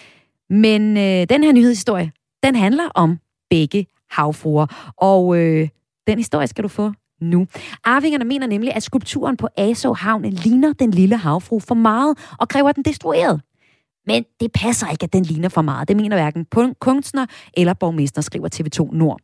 Men øh, den her nyhedshistorie, den handler om begge havfruer, og øh, den historie skal du få nu. Arvingerne mener nemlig, at skulpturen på Asaa Havn ligner den lille havfrue for meget, og kræver den destrueret. Men det passer ikke, at den ligner for meget. Det mener hverken kunstner eller borgmester, skriver T V to Nord.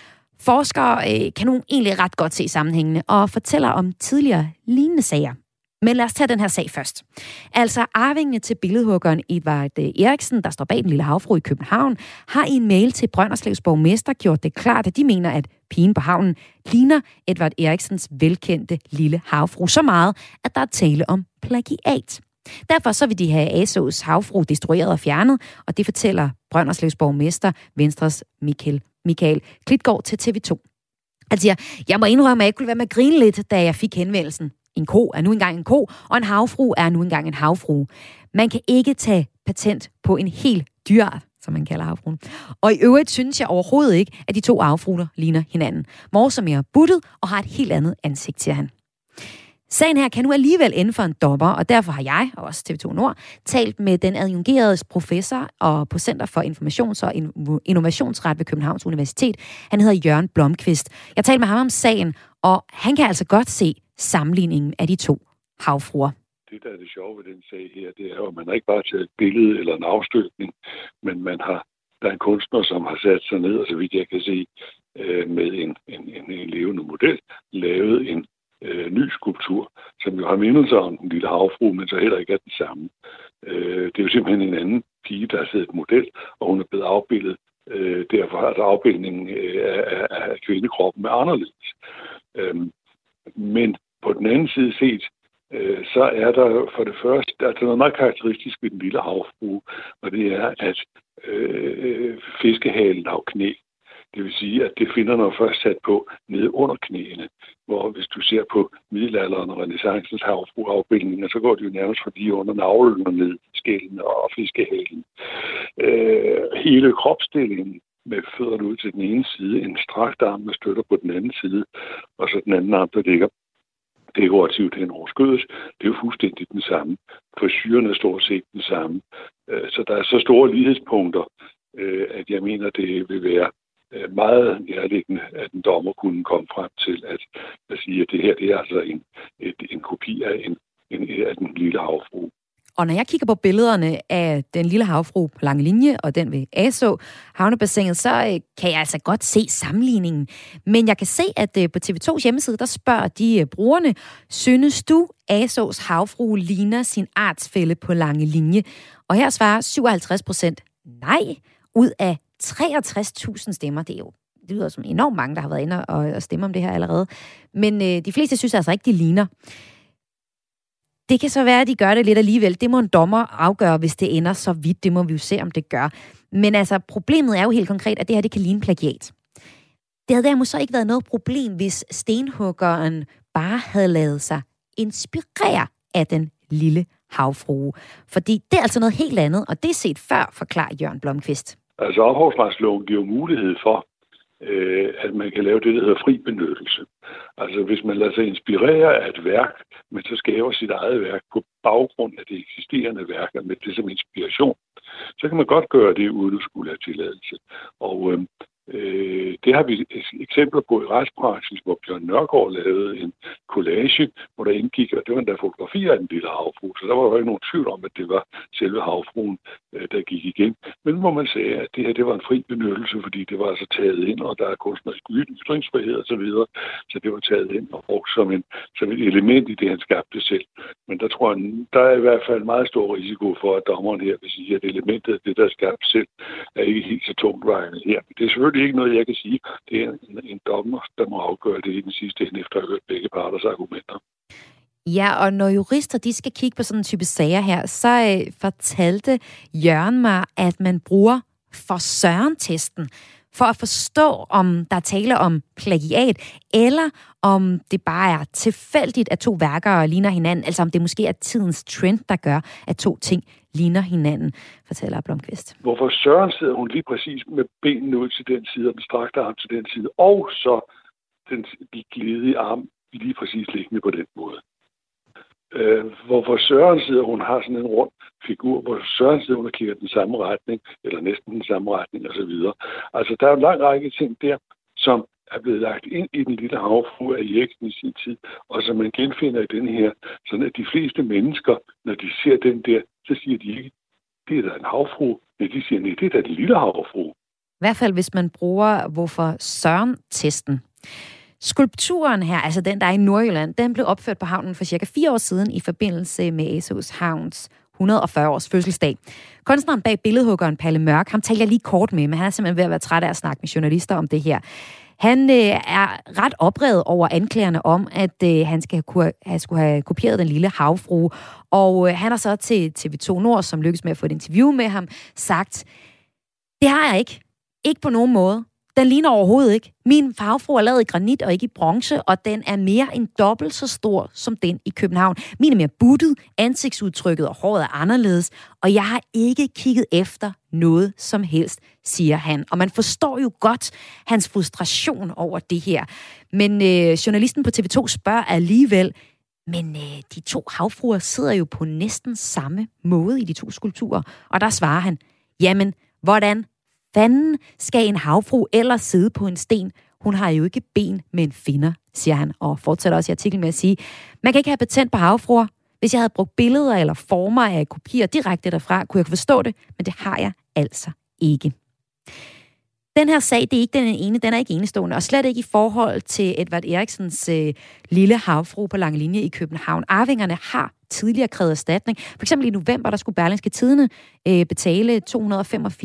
Forskere øh, kan nu egentlig ret godt se sammenhængene og fortæller om tidligere lignende sager. Men lad os tage den her sag først. Altså arvingene til billedhuggeren Edvard Eriksen, der står bag den lille havfrue i København, har i en mail til Brønderslevs borgmester gjort det klart, at de mener, at pigen på havnen ligner Edvard Eriksens velkendte lille havfrue så meget, at der er tale om plagiat. Derfor så vil de have Asaas havfrue destrueret og fjernet, og det fortæller Brønderslevs borgmester, Venstres Michael, Michael Klitgaard til T V to. Han siger, jeg må indrømme, at jeg kunne være med at grine lidt, da jeg fik henvendelsen. En ko er nu engang en ko, og en havfrue er nu engang en havfrue. Man kan ikke tage patent på en hel dyrart, som man kalder havfruen. Og i øvrigt synes jeg overhovedet ikke, at de to havfruer ligner hinanden. Mors er mere buttet og har et helt andet ansigt, siger han. Sagen her kan nu alligevel ende for en dommer, og derfor har jeg, og også T V to Nord, talt med den adjungerede professor og på Center for Informations- og Innovationsret ved Københavns Universitet. Han hedder Jørgen Blomqvist. Jeg talte med ham om sagen, og han kan altså godt se sammenligningen af de to havfruer. Det, der er det sjove ved den sag her, det er jo, at man har ikke bare taget et billede eller en afstøbning, men man har, der er en kunstner, som har sat sig ned, og så vidt jeg kan se, øh, med en, en, en, en levende model lavet en øh, ny skulptur, som jo har mindelser om den lille havfrue, men så heller ikke er den samme. Øh, det er jo simpelthen en anden pige, der har siddet model, og hun er blevet afbildet. Øh, derfor er der afbildningen øh, af, af kvindekroppen med anderledes. Øh, men på den anden side set, øh, så er der for det første, der er noget meget karakteristisk ved den lille havfrue, og det er, at øh, fiskehalen har knæ. Det vil sige, at det finder når først sat på nede under knæene. Hvor hvis du ser på middelalderen og renæssancens havfrueafbildninger, så går det jo nærmest fra lige under navlen og ned i skællene og fiskehalen. Øh, hele kropsstillingen med fødderne ud til den ene side, en strakt arm med støtter på den anden side, og så den anden arm, der ligger dekorativt hen over skødet, det er jo fuldstændig den samme. Frisyrerne er stort set den samme. Øh, så der er så store lighedspunkter, øh, at jeg mener, det vil være meget nærliggende, at en dommer kunne komme frem til at, at sige, at det her det er altså en, et, en kopi af, en, en, af den lille havfrue. Og når jeg kigger på billederne af den lille havfrue på Lange Linje og den ved Asaa havnebassinet, så kan jeg altså godt se sammenligningen. Men jeg kan se, at på T V to's hjemmeside, der spørger de brugerne, synes du, Asaas havfrue ligner sin artsfælle på Lange Linje? Og her svarer syvoghalvtreds procent nej ud af treogtres tusind stemmer. Det er jo, det lyder som enormt mange, der har været inde og, og stemme om det her allerede. Men øh, de fleste synes altså ikke, de ligner. Det kan så være, at de gør det lidt alligevel. Det må en dommer afgøre, hvis det ender så vidt. Det må vi jo se, om det gør. Men altså, problemet er jo helt konkret, at det her, det kan ligne plagiat. Det havde derimod så ikke været noget problem, hvis stenhuggeren bare havde lavet sig inspirere af den lille havfrue. Fordi det er altså noget helt andet, og det er set før, forklarer Jørgen Blomqvist. Altså ophavsretsloven giver mulighed for, øh, at man kan lave det, der hedder fri benyttelse. Altså hvis man lader sig inspirere af et værk, men så skaber sit eget værk på baggrund af det eksisterende værk, med det som inspiration, så kan man godt gøre det, uden at skulle have tilladelse. Og øh, øh, det har vi eksempler på i retspraksis, hvor Bjørn Nørgaard lavede en collage, hvor der indgik, og det var endda fotografier af den lille havfrue, så der var jo ikke nogen tvivl om, at det var selve havfruen, der gik igen. Men hvor man sagde, at det her det var en fri benyttelse, fordi det var altså taget ind, og der er kunstnerisk ytringsfrihed og så videre, så det var taget ind og brugt som, en, som et element i det, han skabte selv. Men der tror jeg, der er i hvert fald en meget stor risiko for, at dommeren her vil sige, at elementet af det, der er skabt selv, er ikke helt så tungtvejende her. Men det er selvfølgelig ikke noget, jeg kan sige. Det er en, en dommer, der må afgøre det i den sidste ende, efter at have hørt begge parters argumenter. Ja, og når jurister de skal kigge på sådan en type sager her, så øh, fortalte Jørgen mig, at man bruger for Søren-testen for at forstå, om der taler om plagiat, eller om det bare er tilfældigt, at to værker ligner hinanden, altså om det måske er tidens trend, der gør, at to ting ligner hinanden, fortæller Blomqvist. Hvorfor Søren sidder hun lige præcis med benene ud til den side, og den strakte arm til den side, og så den glidige arm lige præcis liggende på den måde. Øh, hvorfor Søren sidder, hun har sådan en rund figur, hvor Søren sidder, hun kigger den samme retning, eller næsten den samme retning, og så videre. Altså, der er en lang række ting der, som er blevet lagt ind i den lille havfrue af Eriksen i sin tid, og som man genfinder i den her, sådan at de fleste mennesker, når de ser den der, så siger de ikke, det er da en havfrue, men de siger, nej, det er da den lille havfrue. I hvert fald, hvis man bruger hvorfor Søren-testen. Skulpturen her, altså den, der er i Nordjylland, den blev opført på havnen for cirka fire år siden i forbindelse med Asaas havns et hundrede og fyrre års fødselsdag. Kunstneren bag billedhuggeren Palle Mørk, ham taler jeg lige kort med, men han er simpelthen ved at være træt af at snakke med journalister om det her. Han øh, er ret oprevet over anklagerne om, at øh, han skal have, have, skulle have kopieret den lille havfrue. Og øh, han har så til T V to Nord, som lykkes med at få et interview med ham, sagt, det har jeg ikke. Ikke på nogen måde. Den ligner overhovedet ikke. Min havfrue er lavet i granit og ikke i bronze, og den er mere end dobbelt så stor som den i København. Min er mere buttet, ansigtsudtrykket og håret er anderledes, og jeg har ikke kigget efter noget som helst, siger han. Og man forstår jo godt hans frustration over det her. Men øh, journalisten på T V to spørger alligevel, men øh, de to havfruer sidder jo på næsten samme måde i de to skulpturer. Og der svarer han, jamen, hvordan fanden skal en havfrue ellers sidde på en sten? Hun har jo ikke ben, men finner, siger han, og fortsætter også i artiklen med at sige, man kan ikke have patent på havfruer. Hvis jeg havde brugt billeder eller former af kopier direkte derfra, kunne jeg forstå det, men det har jeg altså ikke. Den her sag, det er ikke den ene, den er ikke enestående, og slet ikke i forhold til Edvard Eriksens øh, lille havfrue på Langelinie i København. Arvingerne har tidligere krævet erstatning. For eksempel i november, der skulle Berlingske Tidende øh, betale to hundrede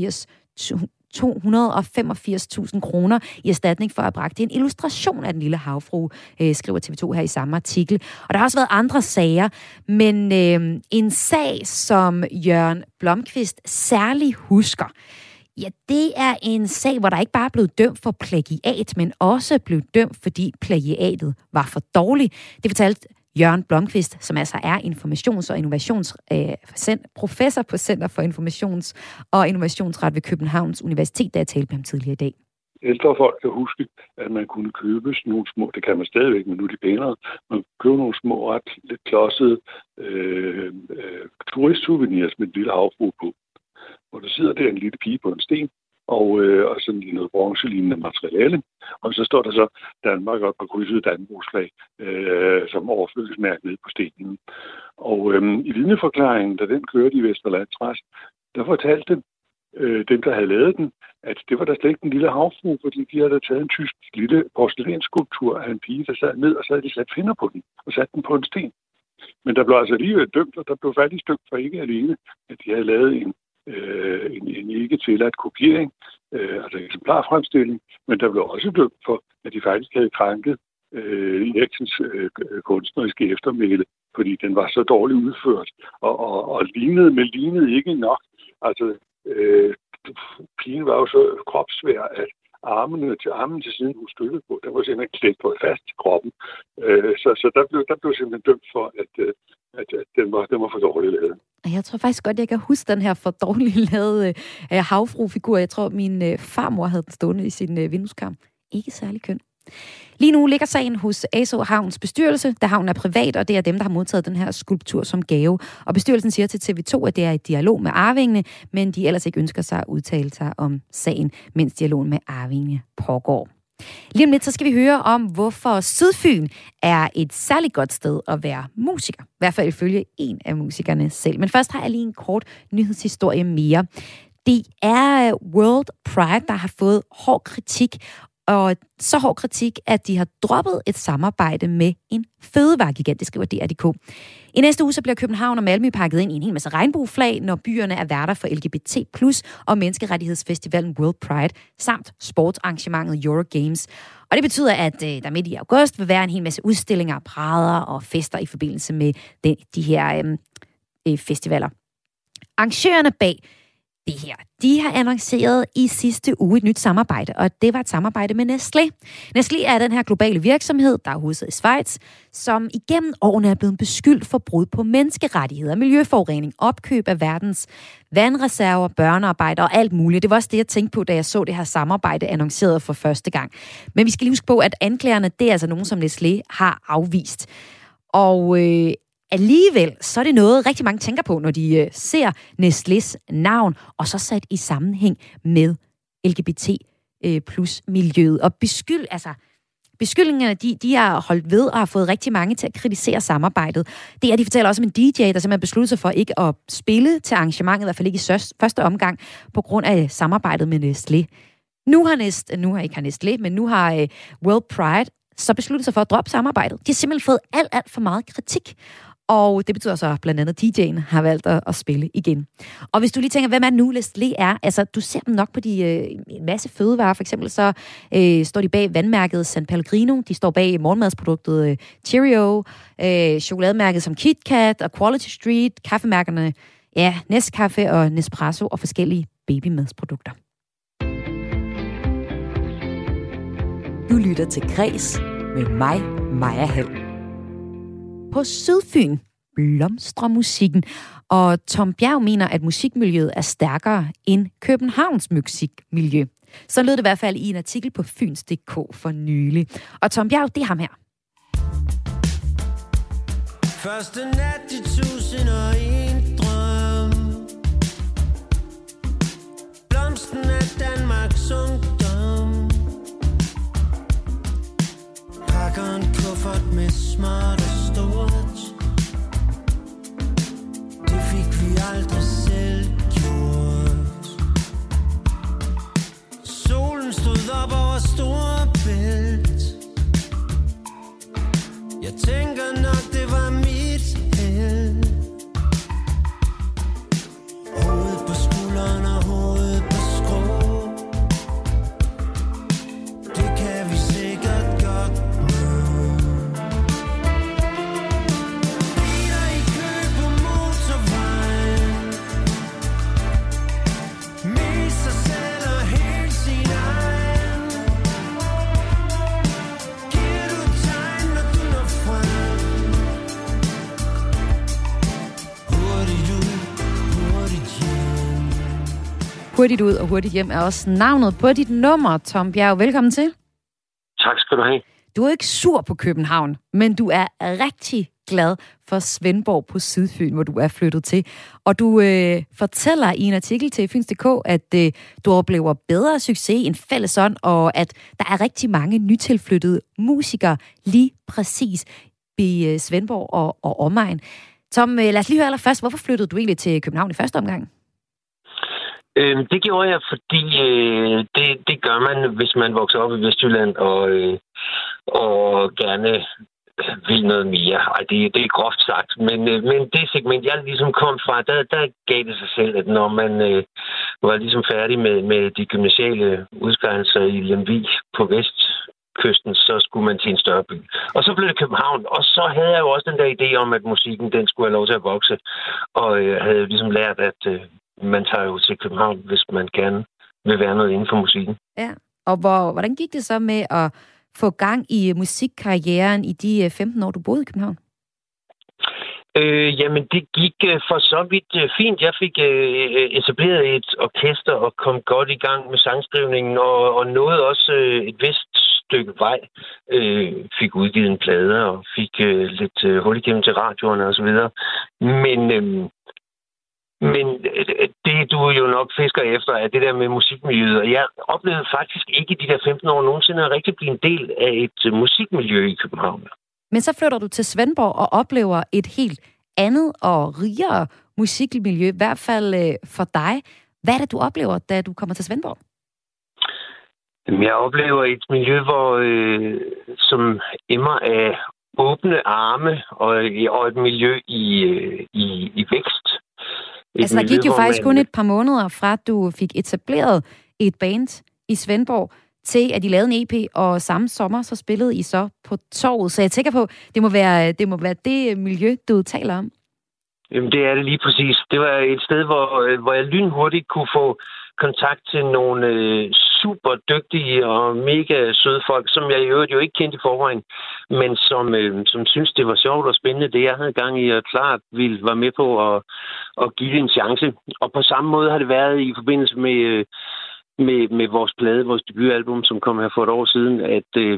og femogfirs tusind kroner i erstatning for at have bragt en illustration af den lille havfrue, øh, skriver T V to her i samme artikel. Og der har også været andre sager, men øh, en sag, som Jørgen Blomqvist særlig husker, ja, det er en sag, hvor der ikke bare er blevet dømt for plagiat, men også blev dømt, fordi plagiatet var for dårligt. Det fortalte Jørgen Blomqvist, som altså er informations- og innovations øh, professor på Center for Informations- og Innovationsret ved Københavns Universitet, der jeg talte med ham tidligere i dag. Ældre folk kan huske, at man kunne købe nogle små, det kan man stadigvæk, men nu er de pænere, man kunne købe nogle små, ret lidt klodsede øh, øh, turistsouvenirs med et lille havfrue på. Hvor der sidder der en lille pige på en sten, og, øh, og sådan noget bronzelignende materiale. Og så står der så Danmark op på krydset Dannebrogsflag øh, som overflyvelsesmærke nede på stenen. Og øh, i vidneforklaringen, da den kørte i Vesterlandsret, der fortalte øh, dem, der havde lavet den, at det var der slet ikke en lille havfrue, fordi de havde taget en tysk lille porcelænsskulptur af en pige, der sad ned, og så havde de sat finder på den, og sat den på en sten. Men der blev altså alligevel dømt, og der blev faktisk dømt for ikke alene, at de havde lavet en Øh, en, en ikke tilladt kopiering, øh, altså eksemplarfremstilling, men der blev også dømt for, at de faktisk havde krænket øh, Eriksens øh, kunstneriske eftermæle, fordi den var så dårligt udført, og, og, og lignede, men lignede ikke nok. Altså, øh, pigen var jo så kropsvær, at armene til armen til siden, hun støttede på, der var simpelthen klædt på fast i kroppen. Øh, så så der, blev, der blev simpelthen dømt for, at, at, at den, var, den var for dårligt lavet. Jeg tror faktisk godt, jeg kan huske den her for dårligt lavede øh, havfruefigur. Jeg tror, min øh, farmor havde den stående i sin øh, vindueskarm. Ikke særlig køn. Lige nu ligger sagen hos A S O Havns bestyrelse, da havnen er privat, og det er dem, der har modtaget den her skulptur som gave. Og bestyrelsen siger til T V to, at det er i dialog med arvingene, men de ellers ikke ønsker sig at udtale sig om sagen, mens dialogen med arvingene pågår. Lige om lidt, så skal vi høre om, hvorfor Sydfyn er et særligt godt sted at være musiker. I hvert fald ifølge en af musikerne selv. Men først har jeg lige en kort nyhedshistorie mere. Det er World Pride, der har fået hård kritik, og så hård kritik, at de har droppet et samarbejde med en fødevaregigant, det skriver D R punktum D K. I næste uge så bliver København og Malmø pakket ind i en hel masse regnbueflag, når byerne er værter for L G B T plus og menneskerettighedsfestivalen World Pride, samt sportsarrangementet Eurogames. Og det betyder, at øh, der midt i august vil være en hel masse udstillinger, parader og fester i forbindelse med de, de her øh, øh, festivaler. Arrangørerne bag det her, de har annonceret i sidste uge et nyt samarbejde, og det var et samarbejde med Nestlé. Nestlé er den her globale virksomhed, der er hovedsæde i Schweiz, som igennem årene er blevet beskyldt for brud på menneskerettigheder, miljøforurening, opkøb af verdens vandreserver, børnearbejde og alt muligt. Det var også det, jeg tænkte på, da jeg så det her samarbejde annonceret for første gang. Men vi skal lige huske på, at anklagerne, det er altså nogen, som Nestlé har afvist. Og øh, alligevel, så er det noget, rigtig mange tænker på, når de øh, ser Nestlés navn, og så sat i sammenhæng med L G B T plus miljøet. Og beskyld, altså, beskyldningerne, de, de har holdt ved og har fået rigtig mange til at kritisere samarbejdet. Det er, de fortæller også om en D J, der simpelthen besluttede sig for ikke at spille til arrangementet, i hvert fald ikke i første omgang, på grund af samarbejdet med Nestlé. Nu har, Nest, nu har ikke har Nestlé, men nu har øh, World Pride så besluttet sig for at droppe samarbejdet. De har simpelthen fået alt, alt for meget kritik. Og det betyder så, at blandt andet D J'en har valgt at, at spille igen. Og hvis du lige tænker, hvem er nu Nestlé er, altså du ser dem nok på de øh, en masse fødevarer. For eksempel så øh, står de bag vandmærket San Pellegrino, de står bag morgenmadsproduktet øh, Cheerio, øh, chokolademærket som KitKat og Quality Street, kaffemærkerne, ja, Nescafé og Nespresso og forskellige babymadsprodukter. Du lytter til Græs med mig, Maja Hall. På Sydfyn blomstrer musikken, og Tom Bjerg mener, at musikmiljøet er stærkere end Københavns musikmiljø. Så lød det i hvert fald i en artikel på Fyns punktum d k for nylig. Og Tom Bjerg, det er ham her. Første nat i tusind og en drøm. Blomsten af Danmarks ungdom. Pakker en kuffert med smart og stort. Det fik vi aldrig selv gjort. Sol Hurtigt ud og hurtigt hjem er også navnet på dit nummer, Tom Bjerg. Velkommen til. Tak skal du have. Du er ikke sur på København, men du er rigtig glad for Svendborg på Sydfyn, hvor du er flyttet til. Og du øh, fortæller i en artikel til Fyns punktum d k, at øh, du oplever bedre succes end fælles ånd, og at der er rigtig mange nytilflyttede musikere lige præcis i øh, Svendborg og, og omegn. Tom, øh, lad os lige høre allerførst, hvorfor flyttede du egentlig til København i første omgang? Øh, det gjorde jeg, fordi øh, det, det gør man, hvis man vokser op i Vestjylland og, øh, og gerne vil noget mere. Ej, det, det er groft sagt, men, øh, men det segment, jeg ligesom kom fra, der, der gav det sig selv, at når man øh, var ligesom færdig med, med de gymnasiale udskejelser i Lemvig på vestkysten, så skulle man til en større by. Og så blev det København, og så havde jeg jo også den der idé om, at musikken, den skulle have lov til at vokse, og jeg øh, havde jo ligesom lært, at øh, man tager jo til København, hvis man gerne vil være noget inden for musikken. Ja, og hvor, hvordan gik det så med at få gang i musikkarrieren i de femten år, du boede i København? Øh, jamen, det gik øh, for så vidt øh, fint. Jeg fik øh, etableret et orkester og kom godt i gang med sangskrivningen, og, og nåede også øh, et vist stykke vej. Øh, fik udgivet en plade og fik øh, lidt øh, hul igennem til radioerne og så videre. Men... Øh, Men det, du jo nok fisker efter, er det der med musikmiljøet. Og jeg oplevede faktisk ikke de der femten år nogensinde at rigtig blive en del af et musikmiljø i København. Men så flytter du til Svendborg og oplever et helt andet og rigere musikmiljø, i hvert fald for dig. Hvad er det, du oplever, da du kommer til Svendborg? Jeg oplever et miljø, hvor, øh, som emmer af åbne arme og, og et miljø i, i, i vækst. Et altså, der miljø, gik jo faktisk man... kun et par måneder fra, at du fik etableret et band i Svendborg, til at I lavede en E P, og samme sommer så spillede I så på Torvet. Så jeg tænker på, det må være det, må være det miljø, du taler om. Jamen, det er det lige præcis. Det var et sted, hvor, hvor jeg lynhurtigt kunne få kontakt til nogle øh, super dygtige og mega søde folk, som jeg i øvrigt jo ikke kendte i forvejen, men som, øh, som synes det var sjovt og spændende, det jeg havde gang i, og klart ville være med på at, at give det en chance. Og på samme måde har det været i forbindelse med, øh, med, med vores plade, vores debutalbum, som kom her for et år siden, at øh,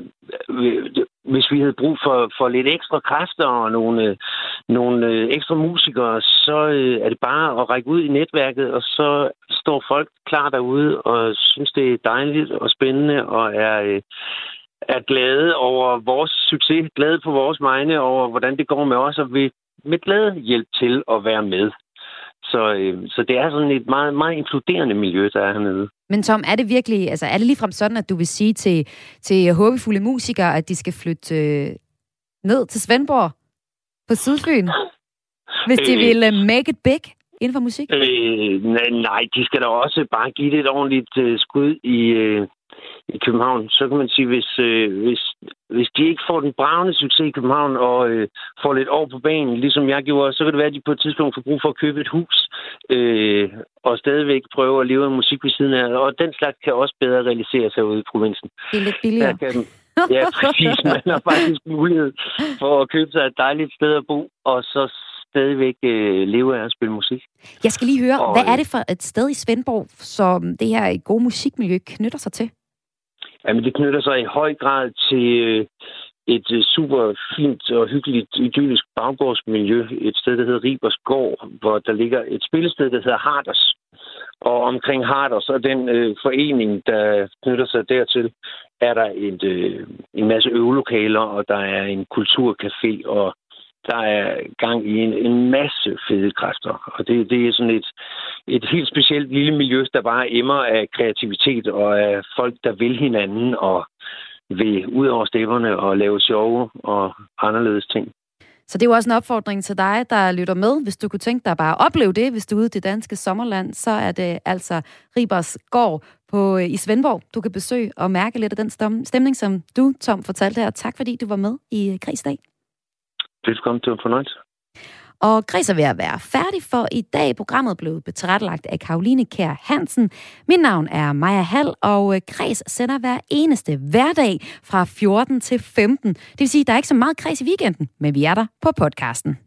hvis vi havde brug for, for lidt ekstra kræfter og nogle, øh, nogle øh, ekstra musikere, så øh, er det bare at række ud i netværket, og så står folk klar derude og synes, det er dejligt og spændende, og er, øh, er glade over vores succes, glade på vores vegne, over hvordan det går med os, og vil med glæde hjælpe til at være med. Så, øh, så det er sådan et meget, meget inkluderende miljø, der er hernede. Men Tom, er det virkelig, altså er det ligefrem sådan, at du vil sige til, til håbefulde musikere, at de skal flytte øh, ned til Svendborg på Sydfyn, hvis de øh, vil uh, make it big inden for musik? Øh, nej, nej, de skal da også bare give det et ordentligt øh, skud i, øh, i København. Så kan man sige, hvis, øh, hvis, hvis de ikke får den bravende succes i København og øh, får lidt over på banen, ligesom jeg gjorde, så kan det være, at de på et tidspunkt får brug for at købe et hus øh, og stadigvæk prøve at leve af musik ved siden af. Og den slags kan også bedre realisere sig ude i provinsen. Det er lidt billigere. Kan, ja, præcis. Man har faktisk mulighed for at købe sig et dejligt sted at bo, og så stadigvæk øh, leve af at spille musik. Jeg skal lige høre, og, hvad er det for et sted i Svendborg, som det her gode musikmiljø knytter sig til? Jamen, det knytter sig i høj grad til øh, et øh, super fint og hyggeligt idyllisk baggårdsmiljø. Et sted, der hedder Ribers Gård, hvor der ligger et spillested, der hedder Harders. Og omkring Harders og den øh, forening, der knytter sig dertil, er der et, øh, en masse øvelokaler, og der er en kulturcafé, og der er gang i en, en masse fede kræfter. Og det, det er sådan et, et helt specielt lille miljø, der bare emmer af kreativitet og af folk, der vil hinanden og vil ud over stepperne og lave sjove og anderledes ting. Så det er jo også en opfordring til dig, der lytter med. Hvis du kunne tænke dig bare at opleve det, hvis du er ude i det danske sommerland, så er det altså Ribers Gård på, i Svendborg. Du kan besøge og mærke lidt af den stemning, som du, Tom, fortalte her. Tak fordi du var med i Græs dag. Velkommen til at fornøjelse. Og Græs er ved at være færdig for i dag. Programmet blev tilrettelagt af Karoline Kjær Hansen. Mit navn er Maja Hall, og Græs sender hver eneste hverdag fra fjorten til femten. Det vil sige, at der er ikke så meget Græs i weekenden, men vi er der på podcasten.